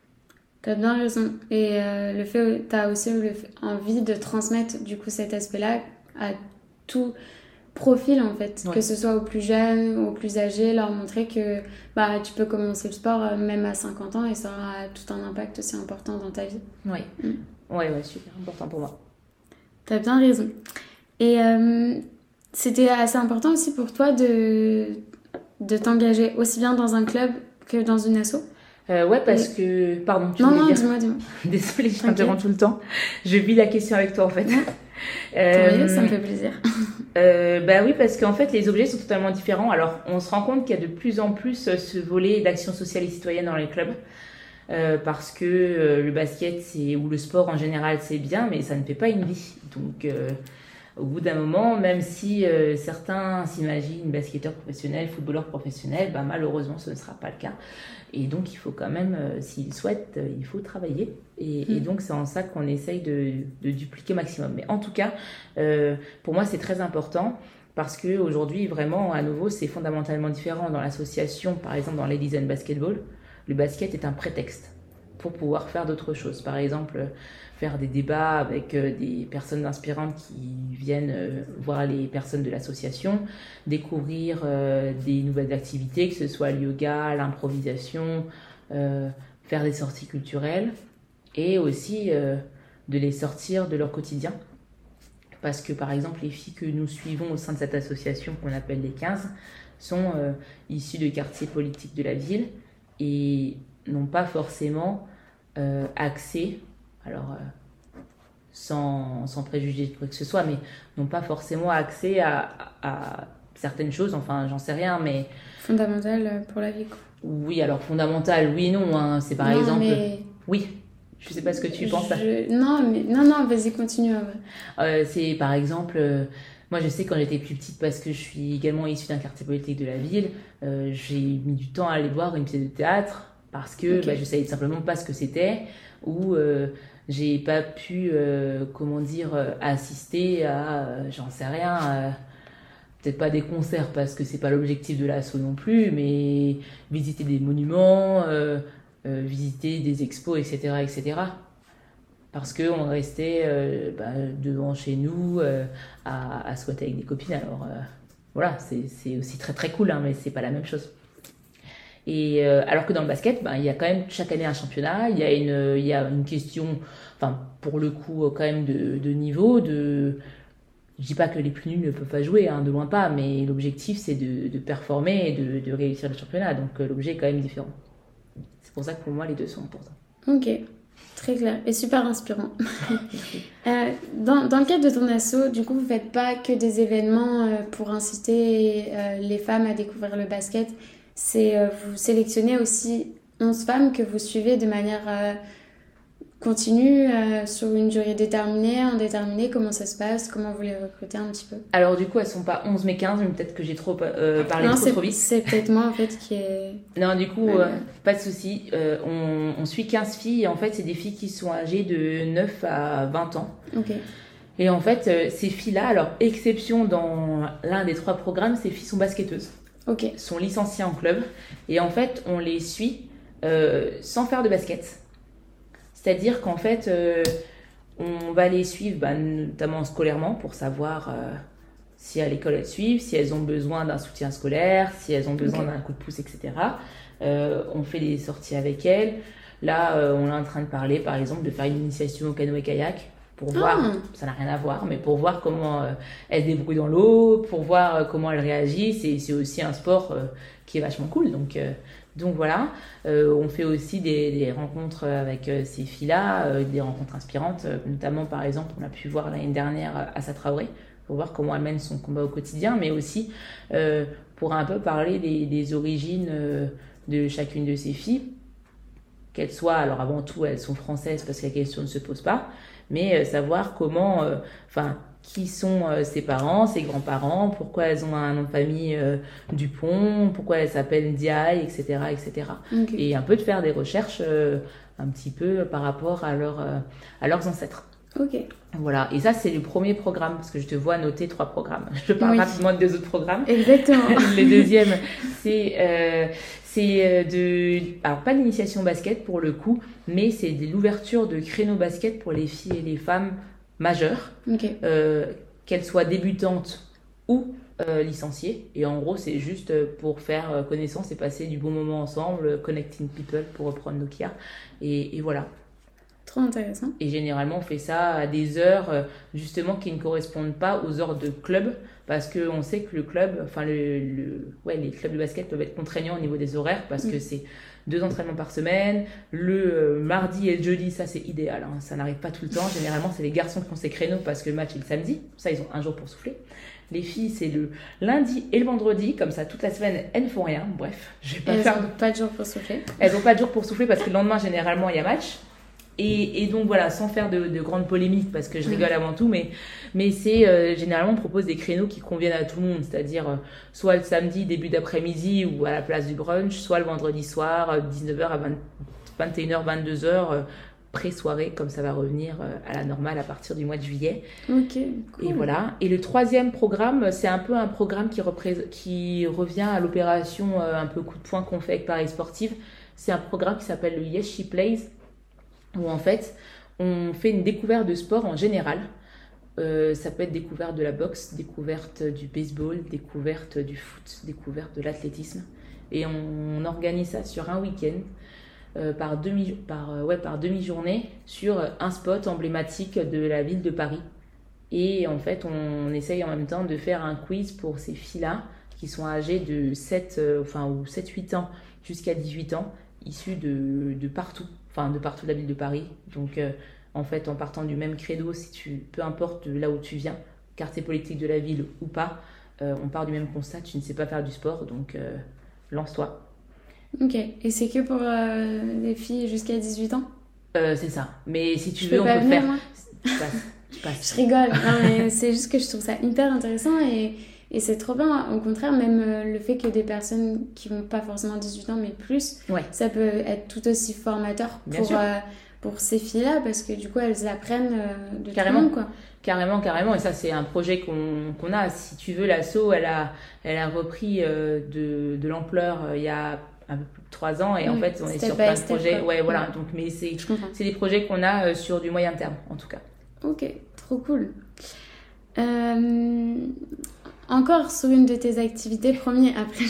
Speaker 1: Tu as bien raison. Et euh, le fait, tu as aussi le fait, envie de transmettre du coup cet aspect-là à tout profil en fait, ouais. Que ce soit aux plus jeunes, aux plus âgés, leur montrer que bah, tu peux commencer le sport euh, même à cinquante ans et ça aura tout un impact aussi important dans ta vie.
Speaker 2: Oui, mm. ouais, ouais, super important pour moi.
Speaker 1: Tu as bien raison. Et euh, c'était assez important aussi pour toi de, de t'engager aussi bien dans un club que dans une asso.
Speaker 2: Euh, ouais, parce et... que... Pardon, tu
Speaker 1: Non,
Speaker 2: voulais
Speaker 1: non,
Speaker 2: dire...
Speaker 1: dis-moi, dis-moi.
Speaker 2: Désolée, je t'interromps tout le temps. Je vis la question avec toi, en fait.
Speaker 1: euh... Ça me fait plaisir.
Speaker 2: euh, bah oui, parce qu'en fait, les objets sont totalement différents. Alors, on se rend compte qu'il y a de plus en plus ce volet d'action sociale et citoyenne dans les clubs. Euh, parce que euh, le basket, c'est, ou le sport en général, c'est bien, mais ça ne fait pas une vie. Donc... Euh... Au bout d'un moment, même si euh, certains s'imaginent basketteurs professionnels, footballeurs professionnels, bah, malheureusement, ce ne sera pas le cas. Et donc, il faut quand même, euh, s'ils souhaitent, euh, il faut travailler. Et, mmh. et donc, c'est en ça qu'on essaye de, de dupliquer au maximum. Mais en tout cas, euh, pour moi, c'est très important parce qu'aujourd'hui, vraiment, à nouveau, c'est fondamentalement différent. Dans l'association, par exemple, dans Ladies and Basketball, le basket est un prétexte pour pouvoir faire d'autres choses. Par exemple, faire des débats avec euh, des personnes inspirantes qui viennent euh, voir les personnes de l'association, découvrir euh, des nouvelles activités, que ce soit le yoga, l'improvisation, euh, faire des sorties culturelles et aussi euh, de les sortir de leur quotidien. Parce que par exemple, les filles que nous suivons au sein de cette association qu'on appelle les quinze sont euh, issues de quartiers politiques de la ville et n'ont pas forcément euh, accès, alors euh, sans, sans préjuger de quoi que ce soit, mais n'ont pas forcément accès à, à certaines choses, enfin j'en sais rien, mais...
Speaker 1: Fondamentales pour la vie, quoi.
Speaker 2: Oui, alors fondamentales, oui et non, hein, c'est par
Speaker 1: non,
Speaker 2: exemple...
Speaker 1: Mais...
Speaker 2: Oui, je sais pas ce que tu penses.
Speaker 1: Je... Non, mais non, non, vas-y, continue.
Speaker 2: Euh, c'est par exemple... Euh, Moi, je sais quand j'étais plus petite, parce que je suis également issue d'un quartier politique de la ville, euh, j'ai mis du temps à aller voir une pièce de théâtre parce que okay. bah, je savais simplement pas ce que c'était, ou euh, j'ai pas pu, euh, comment dire, euh, assister à, euh, j'en sais rien, euh, peut-être pas des concerts parce que c'est pas l'objectif de l'asso non plus, mais visiter des monuments, euh, euh, visiter des expos, et cetera, et cetera. Parce qu'on restait euh, bah, devant chez nous euh, à, à squatter avec des copines. Alors euh, voilà, c'est, c'est aussi très très cool, hein, mais c'est pas la même chose. Et euh, alors que dans le basket, bah, il y a quand même chaque année un championnat, il y a une, il y a une question, enfin pour le coup quand même de, de niveau, de... Je dis pas que les plus nuls ne peuvent pas jouer, hein, de loin pas, mais l'objectif c'est de, de performer et de, de réussir le championnat, donc euh, l'objet est quand même différent. C'est pour ça que pour moi les deux sont importants.
Speaker 1: Ok. Très clair et super inspirant. euh, dans, dans le cadre de ton asso, du coup, vous ne faites pas que des événements euh, pour inciter euh, les femmes à découvrir le basket. C'est, euh, vous sélectionnez aussi onze femmes que vous suivez de manière euh, continue, euh, sur une durée déterminée, indéterminée. Comment ça se passe? Comment vous les recrutez un petit peu?
Speaker 2: Alors du coup, elles ne sont pas onze mais quinze, mais peut-être que j'ai trop euh, parlé
Speaker 1: non,
Speaker 2: trop, trop vite.
Speaker 1: C'est peut-être moi en fait qui est...
Speaker 2: Non, du coup, ouais, euh, ouais. pas de souci. Euh, on, on suit quinze filles et en fait, c'est des filles qui sont âgées de neuf à vingt ans.
Speaker 1: Ok.
Speaker 2: Et en fait, euh, ces filles-là, alors exception dans l'un des trois programmes, ces filles sont basketteuses.
Speaker 1: Ok.
Speaker 2: Sont licenciées en club. Et en fait, on les suit euh, sans faire de basket. C'est-à-dire qu'en fait, euh, on va les suivre, bah, notamment scolairement, pour savoir euh, si à l'école elles suivent, si elles ont besoin d'un soutien scolaire, si elles ont besoin okay. d'un coup de pouce, et cetera. Euh, on fait des sorties avec elles. Là, euh, on est en train de parler, par exemple, de faire une initiation au canoë-kayak pour voir, ah. ça n'a rien à voir, mais pour voir comment euh, elles se débrouillent dans l'eau, pour voir euh, comment elles réagissent. Et c'est aussi un sport euh, qui est vachement cool. Donc, euh, donc voilà, euh, on fait aussi des, des rencontres avec euh, ces filles-là, euh, des rencontres inspirantes. Euh, notamment, par exemple, on a pu voir l'année dernière Assa Traoré, pour voir comment elle mène son combat au quotidien, mais aussi euh, pour un peu parler des, des origines euh, de chacune de ces filles. Qu'elles soient, alors avant tout, elles sont françaises parce que la question ne se pose pas, mais euh, savoir comment, enfin, euh, qui sont euh, ses parents, ses grands-parents, pourquoi elles ont un nom de famille euh, Dupont, pourquoi elles s'appellent Ndiaye, et cetera, et cetera. Okay. Et un peu de faire des recherches euh, un petit peu par rapport à, leur, euh, à leurs ancêtres.
Speaker 1: Ok.
Speaker 2: Voilà, et ça c'est le premier programme, parce que je te vois noter trois programmes. Je te parle
Speaker 1: Oui.
Speaker 2: rapidement de deux autres programmes.
Speaker 1: Exactement.
Speaker 2: Le deuxième, c'est, euh, c'est de... Alors pas l'initiation basket pour le coup, mais c'est de l'ouverture de créneaux basket pour les filles et les femmes majeures,
Speaker 1: Ok.
Speaker 2: euh, qu'elles soient débutantes ou euh, licenciées. Et en gros, c'est juste pour faire euh, connaissance et passer du bon moment ensemble, connecting people pour reprendre Nokia. Et, et voilà.
Speaker 1: Trop intéressant.
Speaker 2: Et généralement, on fait ça à des heures euh, justement qui ne correspondent pas aux heures de club, parce qu'on sait que le club, enfin le, le, ouais, les clubs de basket peuvent être contraignants au niveau des horaires, parce mmh. que c'est deux entraînements par semaine. Le euh, mardi et le jeudi, ça c'est idéal, hein, ça n'arrive pas tout le temps. Généralement, c'est les garçons qui ont ces créneaux parce que le match est le samedi, ça ils ont un jour pour souffler. Les filles, c'est le lundi et le vendredi, comme ça toute la semaine, elles ne font rien. Bref, je vais pas
Speaker 1: elles
Speaker 2: faire.
Speaker 1: Elles n'ont pas de jour pour souffler.
Speaker 2: Elles n'ont pas de jour pour souffler parce que le lendemain, généralement, il y a match. Et, et donc voilà, sans faire de, de grandes polémiques, parce que je rigole mmh. avant tout, mais, mais c'est euh, généralement on propose des créneaux qui conviennent à tout le monde, c'est-à-dire euh, soit le samedi début d'après-midi ou à la place du brunch, soit le vendredi soir euh, dix-neuf heures à vingt et une heures, vingt-deux heures, euh, pré-soirée, comme ça va revenir euh, à la normale à partir du mois de juillet.
Speaker 1: Ok, cool.
Speaker 2: Et voilà. Et le troisième programme, c'est un peu un programme qui, représ- qui revient à l'opération euh, un peu coup de poing qu'on fait avec Paris Sportive. C'est un programme qui s'appelle le Yes She Plays, où en fait, on fait une découverte de sport en général. Euh, ça peut être découverte de la boxe, découverte du baseball, découverte du foot, découverte de l'athlétisme. Et on, on organise ça sur un week-end, euh, par, demi, par, euh, ouais, par demi-journée, sur un spot emblématique de la ville de Paris. Et en fait, on, on essaye en même temps de faire un quiz pour ces filles-là, qui sont âgées de sept, euh, enfin, ou sept huit ans jusqu'à dix-huit ans, issues de, de partout. Enfin, de partout de la ville de Paris. Donc, euh, en fait, en partant du même credo, si tu, peu importe de là où tu viens, quartier politique de la ville ou pas, euh, on part du même constat, tu ne sais pas faire du sport, donc euh, lance-toi.
Speaker 1: Ok, et c'est que pour euh, les filles jusqu'à dix-huit ans
Speaker 2: euh, C'est ça, mais si tu
Speaker 1: je
Speaker 2: veux,
Speaker 1: peux
Speaker 2: on
Speaker 1: pas
Speaker 2: peut
Speaker 1: venir,
Speaker 2: faire...
Speaker 1: Moi
Speaker 2: tu passes, tu passes.
Speaker 1: Je rigole, non, mais c'est juste que je trouve ça hyper intéressant et... Et c'est trop bien, au contraire, même euh, le fait que des personnes qui n'ont pas forcément dix-huit ans, mais plus,
Speaker 2: ouais.
Speaker 1: ça peut être tout aussi formateur pour, euh, pour ces filles-là, parce que du coup, elles apprennent euh, de
Speaker 2: carrément.
Speaker 1: tout le monde, quoi.
Speaker 2: Carrément, carrément. Et ça, c'est un projet qu'on, qu'on a. Si tu veux, l'asso, elle a, elle a repris euh, de, de l'ampleur euh, il y a un peu plus de trois ans. Et oui, en fait, on est sur plein de projets. Quoi. Ouais, voilà. Ouais. Donc, mais c'est, c'est des projets qu'on a euh, sur du moyen terme, en tout cas.
Speaker 1: Ok, trop cool. Euh... Encore sur une de tes activités, promis, après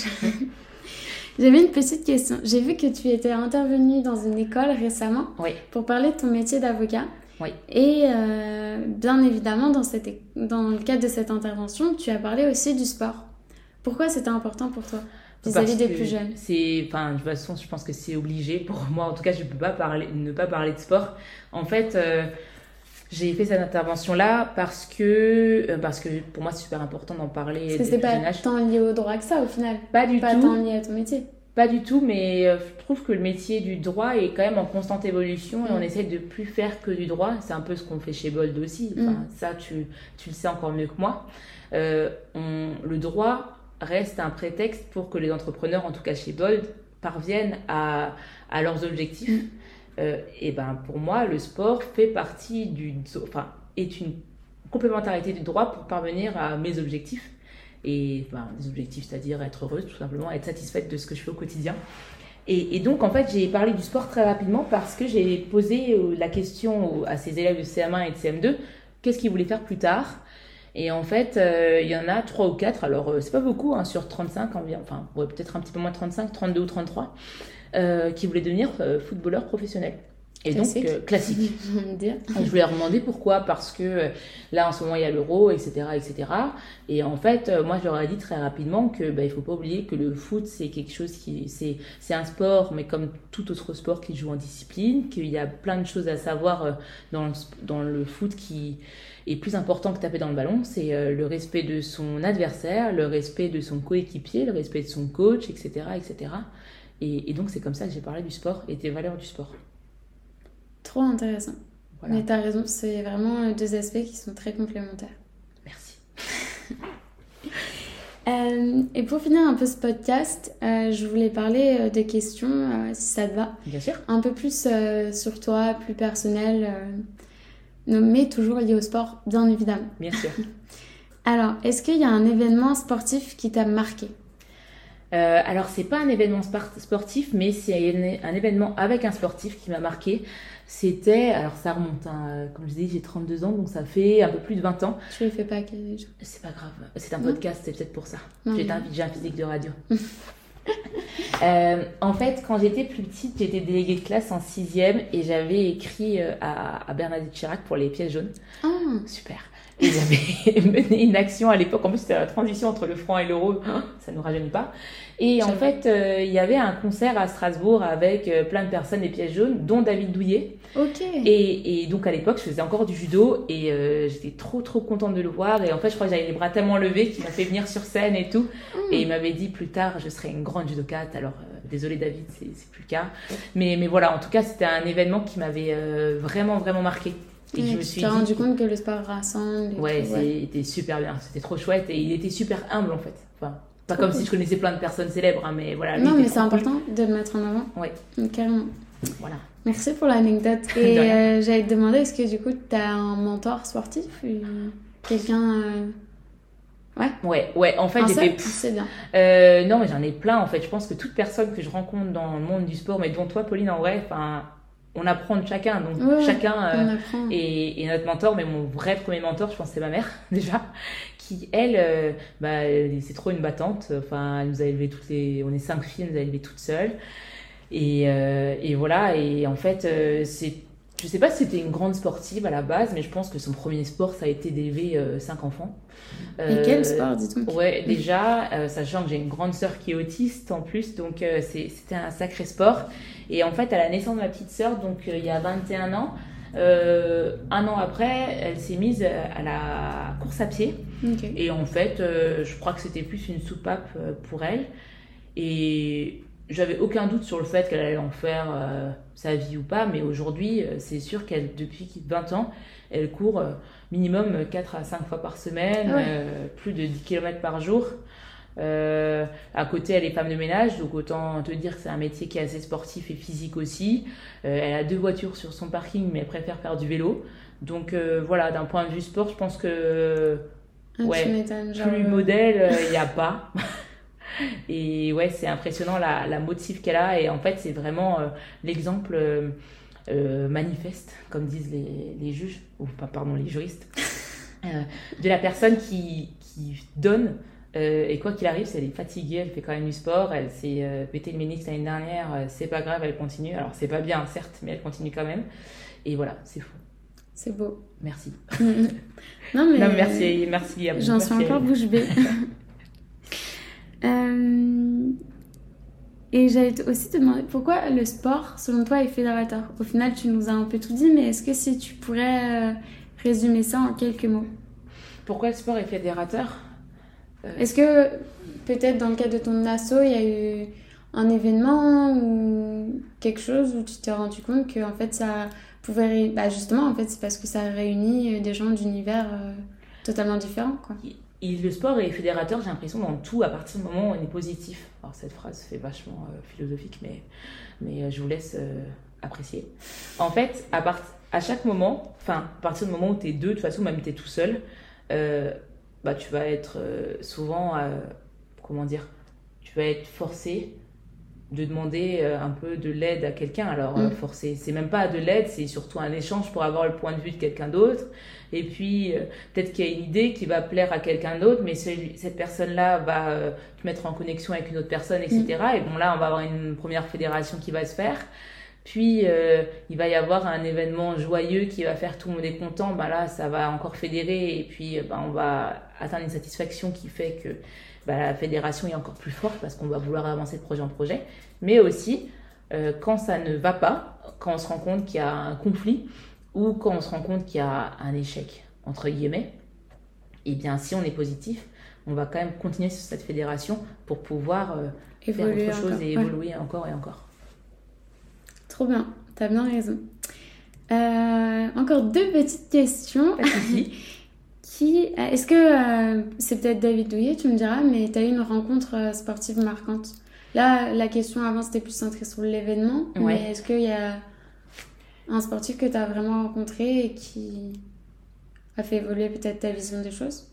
Speaker 1: j'avais une petite question. J'ai vu que tu étais intervenue dans une école récemment
Speaker 2: oui.
Speaker 1: pour parler de ton métier d'avocat.
Speaker 2: Oui.
Speaker 1: Et euh, bien évidemment, dans, cette, dans le cadre de cette intervention, tu as parlé aussi du sport. Pourquoi c'était important pour toi vis-à-vis des plus jeunes?
Speaker 2: C'est, enfin, de toute façon, je pense que c'est obligé. Pour moi, en tout cas, je ne peux pas parler, ne pas parler de sport. En fait... Euh, J'ai fait cette intervention-là parce que, euh, parce que pour moi, c'est super important d'en parler.
Speaker 1: Parce que c'est pas tant lié au droit que ça, au final.
Speaker 2: Pas du
Speaker 1: pas
Speaker 2: tout.
Speaker 1: Pas tant lié à ton métier.
Speaker 2: Pas du tout, mais euh, je trouve que le métier du droit est quand même en constante évolution mmh. et on essaie de plus faire que du droit. C'est un peu ce qu'on fait chez Bold aussi. Enfin, mmh. Ça, tu, tu le sais encore mieux que moi. Euh, on, le droit reste un prétexte pour que les entrepreneurs, en tout cas chez Bold, parviennent à, à leurs objectifs. Mmh. Euh, et ben pour moi, le sport fait partie du, enfin, est une complémentarité du droit pour parvenir à mes objectifs. Et ben, des objectifs, c'est-à-dire être heureuse, tout simplement, être satisfaite de ce que je fais au quotidien. Et, et donc, en fait, j'ai parlé du sport très rapidement parce que j'ai posé la question à ces élèves de C M un et de C M deux, qu'est-ce qu'ils voulaient faire plus tard? Et en fait, euh, il y en a trois ou quatre, alors euh, c'est pas beaucoup, hein, sur trente-cinq environ, enfin, ouais, peut-être un petit peu moins de trente-cinq, trente-deux ou trente-trois. Euh, qui voulaient devenir euh, footballeur professionnel. Et
Speaker 1: classique.
Speaker 2: donc, euh, classique. Et je voulais leur demander pourquoi, parce que euh, là, en ce moment, il y a l'Euro, et cetera, et cetera. Et en fait, euh, moi, je leur ai dit très rapidement que bah, il faut pas oublier que le foot, c'est quelque chose qui... C'est, c'est un sport, mais comme tout autre sport qui joue en discipline, qu'il y a plein de choses à savoir euh, dans, le, dans le foot qui est plus important que taper dans le ballon. C'est euh, le respect de son adversaire, le respect de son coéquipier, le respect de son coach, et cetera, et cetera. Et, et donc, c'est comme ça que j'ai parlé du sport et des valeurs du sport.
Speaker 1: Trop intéressant.
Speaker 2: Voilà.
Speaker 1: Mais t'as raison, c'est vraiment deux aspects qui sont très complémentaires.
Speaker 2: Merci.
Speaker 1: euh, et pour finir un peu ce podcast, euh, je voulais parler de questions, euh, si ça te va.
Speaker 2: Bien sûr.
Speaker 1: Un peu plus euh, sur toi, plus personnel. Euh, mais toujours lié au sport, bien évidemment.
Speaker 2: Bien sûr.
Speaker 1: Alors, est-ce qu'il y a un événement sportif qui t'a marqué ?
Speaker 2: Euh, alors, c'est pas un événement spar- sportif, mais c'est un, un événement avec un sportif qui m'a marqué. C'était, alors ça remonte, hein, comme je dis, j'ai trente-deux ans, donc ça fait un peu plus de vingt ans.
Speaker 1: Tu les fais pas à quel âge ?
Speaker 2: C'est pas grave, c'est un
Speaker 1: Non.
Speaker 2: podcast, c'est peut-être pour ça.
Speaker 1: Non,
Speaker 2: J'ai
Speaker 1: mais-
Speaker 2: un, j'ai un physique de radio. Euh, en fait, quand j'étais plus petite, j'étais déléguée de classe en sixième et j'avais écrit euh, à, à Bernadette Chirac pour les pièces jaunes.
Speaker 1: Ah,
Speaker 2: Super. Et j'avais mené une action à l'époque. En plus, c'était la transition entre le franc et l'euro. Ça ne nous rajeunit pas. Et en
Speaker 1: J'avoue.
Speaker 2: fait, euh, il y avait un concert à Strasbourg avec euh, plein de personnes, les pièces jaunes, dont David Douillet.
Speaker 1: ok.
Speaker 2: Et, et donc, à l'époque, je faisais encore du judo et euh, j'étais trop, trop contente de le voir. Et en fait, je crois que j'avais les bras tellement levés qu'il m'a fait venir sur scène et tout.
Speaker 1: Mm.
Speaker 2: Et il m'avait dit plus tard, je serai une grande judokate. Alors, euh, désolé David, c'est, c'est plus le cas. Mais, mais voilà, en tout cas, c'était un événement qui m'avait euh, vraiment, vraiment marqué. Et
Speaker 1: Ouais,
Speaker 2: je me
Speaker 1: tu
Speaker 2: suis
Speaker 1: t'es
Speaker 2: dit,
Speaker 1: rendu compte que le sport rassemble. et
Speaker 2: ouais,
Speaker 1: tout,
Speaker 2: c'était super bien, c'était trop chouette et il était super humble en fait. Enfin, pas
Speaker 1: Trop
Speaker 2: comme
Speaker 1: cool.
Speaker 2: si je connaissais plein de personnes célèbres, hein, mais voilà. lui,
Speaker 1: Non,
Speaker 2: il
Speaker 1: mais
Speaker 2: était
Speaker 1: c'est
Speaker 2: trop cool.
Speaker 1: important de le mettre en avant.
Speaker 2: Ouais,
Speaker 1: Mm, carrément.
Speaker 2: voilà.
Speaker 1: Merci pour l'anecdote.
Speaker 2: De
Speaker 1: Et
Speaker 2: rien.
Speaker 1: euh, j'allais te demander, est-ce que du coup, tu as un mentor sportif ou quelqu'un... euh, Ouais,
Speaker 2: Ouais, ouais, en fait,
Speaker 1: un
Speaker 2: j'étais.
Speaker 1: seul, c'est bien.
Speaker 2: Euh, non, mais j'en ai plein en fait. Je pense que toute personne que je rencontre dans le monde du sport, mais dont toi, Pauline, en vrai, enfin, on apprend de chacun. Donc,
Speaker 1: Ouais, ouais,
Speaker 2: chacun. euh,
Speaker 1: On apprend.
Speaker 2: Et, et notre mentor, mais mon vrai premier mentor, je pense que c'est ma mère, déjà, qui, elle, euh, bah, elle- c'est trop une battante. Enfin, elle nous a élevés toutes les... On est cinq filles, elle nous a élevées toutes seules. Et, euh, et voilà, et en fait, euh, c'est... Je sais pas si c'était une grande sportive à la base, mais je pense que son premier sport, ça a été d'élever euh, cinq enfants.
Speaker 1: Et
Speaker 2: Euh,
Speaker 1: quel sport, dis-donc?
Speaker 2: Ouais, déjà, euh, sachant que j'ai une grande sœur qui est autiste en plus, donc euh, c'est- c'était un sacré sport. Et en fait, à la naissance de ma petite sœur, donc euh, il y a vingt et un ans, euh, un an après, elle s'est mise à la course à pied.
Speaker 1: Ok.
Speaker 2: Et en fait, euh, je crois que c'était plus une soupape euh, pour elle. Et j'avais aucun doute sur le fait qu'elle allait en faire euh, sa vie ou pas, mais aujourd'hui, euh, c'est sûr qu'elle, depuis vingt ans, elle court euh, minimum quatre à cinq fois par semaine,
Speaker 1: Ah ouais.
Speaker 2: euh, plus de dix kilomètres par jour. Euh, à côté, elle est femme de ménage, donc autant te dire que c'est un métier qui est assez sportif et physique aussi. Euh, elle a deux voitures sur son parking, mais elle préfère faire du vélo. Donc euh, voilà, d'un point de vue sport, je pense que
Speaker 1: Ah,
Speaker 2: ouais,
Speaker 1: tu m'étonnes, genre,
Speaker 2: plus
Speaker 1: euh,
Speaker 2: modèle, il n'y a pas. Et ouais, c'est impressionnant la, la motive qu'elle a. Et en fait, c'est vraiment euh, l'exemple euh, euh, manifeste, comme disent les, les juges, ou pas, pardon, les juristes, euh, de la personne qui, qui donne. Euh, et quoi qu'il arrive, si elle est fatiguée, elle fait quand même du sport, elle s'est euh, pété le ménisque l'année dernière, euh, c'est pas grave, elle continue. Alors, c'est pas bien, certes, mais elle continue quand même. Et voilà, c'est fou.
Speaker 1: C'est beau.
Speaker 2: Merci.
Speaker 1: Mhm. Non, mais...
Speaker 2: Non, merci, merci à vous.
Speaker 1: J'en
Speaker 2: Merci
Speaker 1: suis
Speaker 2: à
Speaker 1: encore
Speaker 2: vous.
Speaker 1: bouche bée. Euh, Et j'allais te- aussi te demander pourquoi le sport, selon toi, est fédérateur. Au final, tu nous as un peu tout dit, mais est-ce que si tu pourrais euh, résumer ça en quelques mots?
Speaker 2: Pourquoi le sport est fédérateur?
Speaker 1: Est-ce que peut-être dans le cadre de ton asso, il y a eu un événement ou quelque chose où tu t'es rendu compte que en fait ça pouvait ré- bah justement en fait c'est parce que ça réunit euh, des gens d'univers euh, totalement différents quoi.
Speaker 2: Et le sport est fédérateur, j'ai l'impression, dans tout, à partir du moment où on est positif. Alors, cette phrase fait vachement euh, philosophique, mais, mais euh, je vous laisse euh, apprécier. En fait, à, part, à chaque moment, enfin, à partir du moment où tu es deux, de toute façon, même tu es tout seul, euh, bah, tu vas être euh, souvent, euh, comment dire, tu vas être forcé de demander euh, un peu de l'aide à quelqu'un. Alors, euh,
Speaker 1: Mm.
Speaker 2: forcé, c'est même pas de l'aide, c'est surtout un échange pour avoir le point de vue de quelqu'un d'autre. Et puis, euh, peut-être qu'il y a une idée qui va plaire à quelqu'un d'autre, mais celui- cette personne-là va euh, te mettre en connexion avec une autre personne, et cetera. Et bon, là, on va avoir une première fédération qui va se faire. Puis, euh, il va y avoir un événement joyeux qui va faire tout le monde est content. Ben là, ça va encore fédérer. Et puis, euh, ben, on va atteindre une satisfaction qui fait que ben, la fédération est encore plus forte parce qu'on va vouloir avancer de projet en projet. Mais aussi, euh, quand ça ne va pas, quand on se rend compte qu'il y a un conflit, ou quand on se rend compte qu'il y a un échec, entre guillemets, et bien si on est positif, on va quand même continuer sur cette fédération pour pouvoir euh, faire
Speaker 1: Évoluer
Speaker 2: autre chose
Speaker 1: encore.
Speaker 2: et
Speaker 1: Ouais.
Speaker 2: évoluer encore et encore.
Speaker 1: Trop bien, t'as bien raison. Euh, encore deux petites questions.
Speaker 2: Pas de souci.
Speaker 1: Qui, euh, est-ce que euh, c'est peut-être David Douillet, tu me diras, mais t'as eu une rencontre euh, sportive marquante? Là, la question avant c'était plus centrée sur l'événement,
Speaker 2: Ouais.
Speaker 1: mais est-ce qu'il y a Un sportif que tu as vraiment rencontré et qui a fait évoluer peut-être ta vision des choses?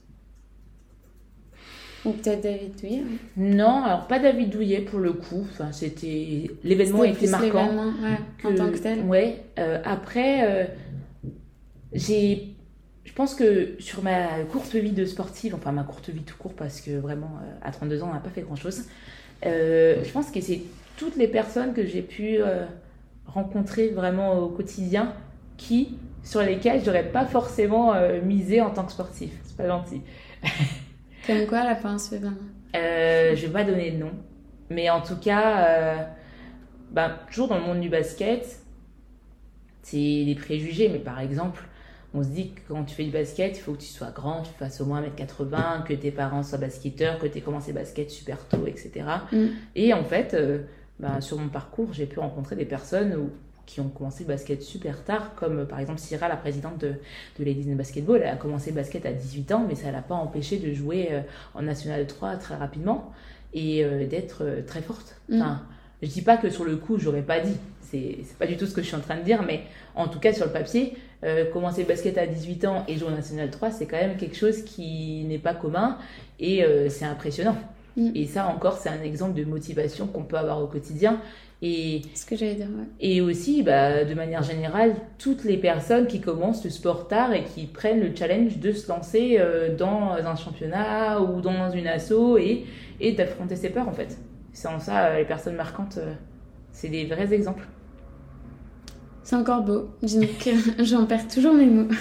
Speaker 1: Ou peut-être David Douillet? Hein.
Speaker 2: Non, alors pas David Douillet pour le coup. Enfin, c'était... L'événement
Speaker 1: C'était
Speaker 2: était marquant.
Speaker 1: Ouais, que... En tant que tel.
Speaker 2: Ouais. Euh, après, euh, j'ai... Je pense que sur ma courte vie de sportive, enfin ma courte vie tout court, parce que vraiment, euh, à trente-deux ans, on n'a pas fait grand-chose. Euh, je pense que c'est toutes les personnes que j'ai pu euh, rencontrer vraiment au quotidien qui, sur lesquelles je n'aurais pas forcément euh, misé en tant que sportif. C'est pas gentil.
Speaker 1: Comme quoi, la pince fait bien.
Speaker 2: Euh, je vais pas donner de nom, mais en tout cas, euh, bah, toujours dans le monde du basket, c'est des préjugés. Mais par exemple, on se dit que quand tu fais du basket, il faut que tu sois grand, tu fasses au moins un mètre quatre-vingts, que tes parents soient basketteurs, que tu aies commencé basket super tôt, et cetera. Mm. Et en fait, euh, bah, sur mon parcours, j'ai pu rencontrer des personnes où, qui ont commencé le basket super tard, comme par exemple Syrah, la présidente de, de Ladies in Basketball. Elle a commencé le basket à dix-huit ans, mais ça ne l'a pas empêché de jouer euh, en National trois très rapidement et euh, d'être euh, très forte. Enfin, mm. Je ne dis pas que sur le coup, je n'aurais pas dit. C'est, c'est pas du tout ce que je suis en train de dire, mais en tout cas, sur le papier, euh, commencer le basket à dix-huit ans et jouer en National trois, c'est quand même quelque chose qui n'est pas commun et euh, c'est impressionnant. Mm. Et ça, encore, c'est un exemple de motivation qu'on peut avoir au quotidien. Et,
Speaker 1: ce que j'allais dire, ouais.
Speaker 2: Et aussi, bah, de manière générale, toutes les personnes qui commencent le sport tard et qui prennent le challenge de se lancer euh, dans un championnat ou dans une asso et, et d'affronter ses peurs, en fait. C'est en ça, euh, les personnes marquantes, euh, c'est des vrais exemples.
Speaker 1: C'est encore beau, donc j'en perds toujours mes mots.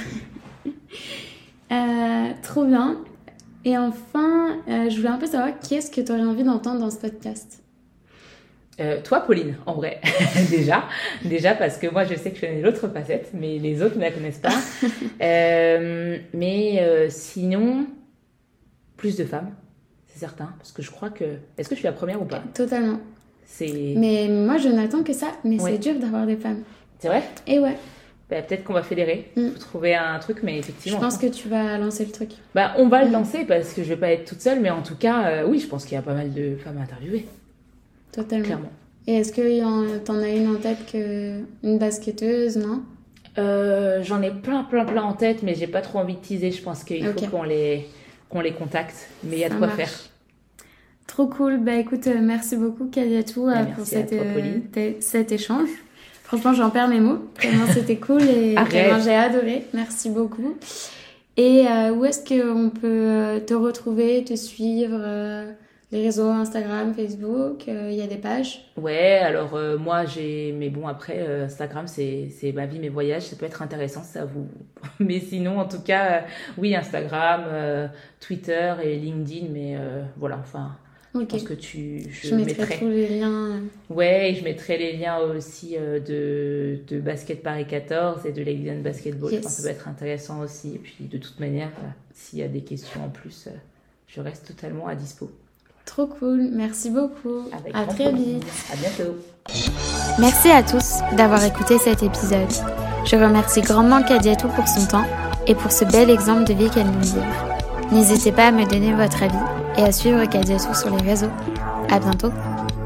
Speaker 1: euh, trop bien. Et enfin, euh, je voulais un peu savoir qui est-ce que tu aurais envie d'entendre dans ce podcast?
Speaker 2: Euh, toi, Pauline, en vrai, déjà, déjà parce que moi, je sais que je connais l'autre facette, mais les autres ne la connaissent pas. euh, mais euh, sinon, plus de femmes, c'est certain, parce que je crois que... Est-ce que je suis la première ou pas?
Speaker 1: Totalement.
Speaker 2: C'est...
Speaker 1: Mais moi, je n'attends que ça, mais
Speaker 2: ouais.
Speaker 1: C'est dur d'avoir des femmes.
Speaker 2: C'est vrai?
Speaker 1: Et ouais.
Speaker 2: Bah, peut-être qu'on va fédérer, mm. trouver un truc, mais effectivement...
Speaker 1: Je pense que tu vas lancer le truc.
Speaker 2: Bah, on va mm. le lancer parce que je vais pas être toute seule, mais en tout cas, euh, oui, je pense qu'il y a pas mal de femmes à interviewer.
Speaker 1: Totalement.
Speaker 2: Clairement.
Speaker 1: Et est-ce que t'en as une en tête, que... une basketteuse, non?
Speaker 2: euh, J'en ai plein, plein, plein en tête, mais j'ai pas trop envie de teaser. Je pense qu'il okay. faut qu'on les, qu'on les contacte, mais il y a de quoi marche. Faire.
Speaker 1: Trop cool. Bah écoute, euh, merci beaucoup Kadiatou euh, pour cette,
Speaker 2: toi,
Speaker 1: euh, t- cet échange. Franchement, j'en perds mes mots. Vraiment, c'était cool et vraiment, j'ai adoré. Merci beaucoup. Et euh, où est-ce qu'on peut te retrouver, te suivre euh, les réseaux Instagram, Facebook, il euh, y a des pages?
Speaker 2: Ouais, alors euh, moi j'ai... Mais bon, après, euh, Instagram, c'est, c'est ma vie, mes voyages. Ça peut être intéressant, ça vous... Mais sinon, en tout cas, euh, oui, Instagram, euh, Twitter et LinkedIn. Mais euh, voilà, enfin... Okay. Je pense que tu...
Speaker 1: Je, je mettrai, mettrai tous les liens.
Speaker 2: Ouais, et je mettrai les liens aussi euh, de, de Basket Paris quatorze et de Ladies in Basketball. Yes. Je pense que ça peut être intéressant aussi. Et puis, de toute manière, euh, s'il y a des questions en plus, euh, je reste totalement à dispo.
Speaker 1: Trop cool. Merci beaucoup.
Speaker 2: Avec
Speaker 1: à très vite.
Speaker 2: À bientôt.
Speaker 1: Merci à tous d'avoir écouté cet épisode. Je remercie grandement Kadiatou pour son temps et pour ce bel exemple de vie qu'elle nous livre. N'hésitez pas à me donner votre avis et à suivre Kadiatou sur les réseaux. À bientôt.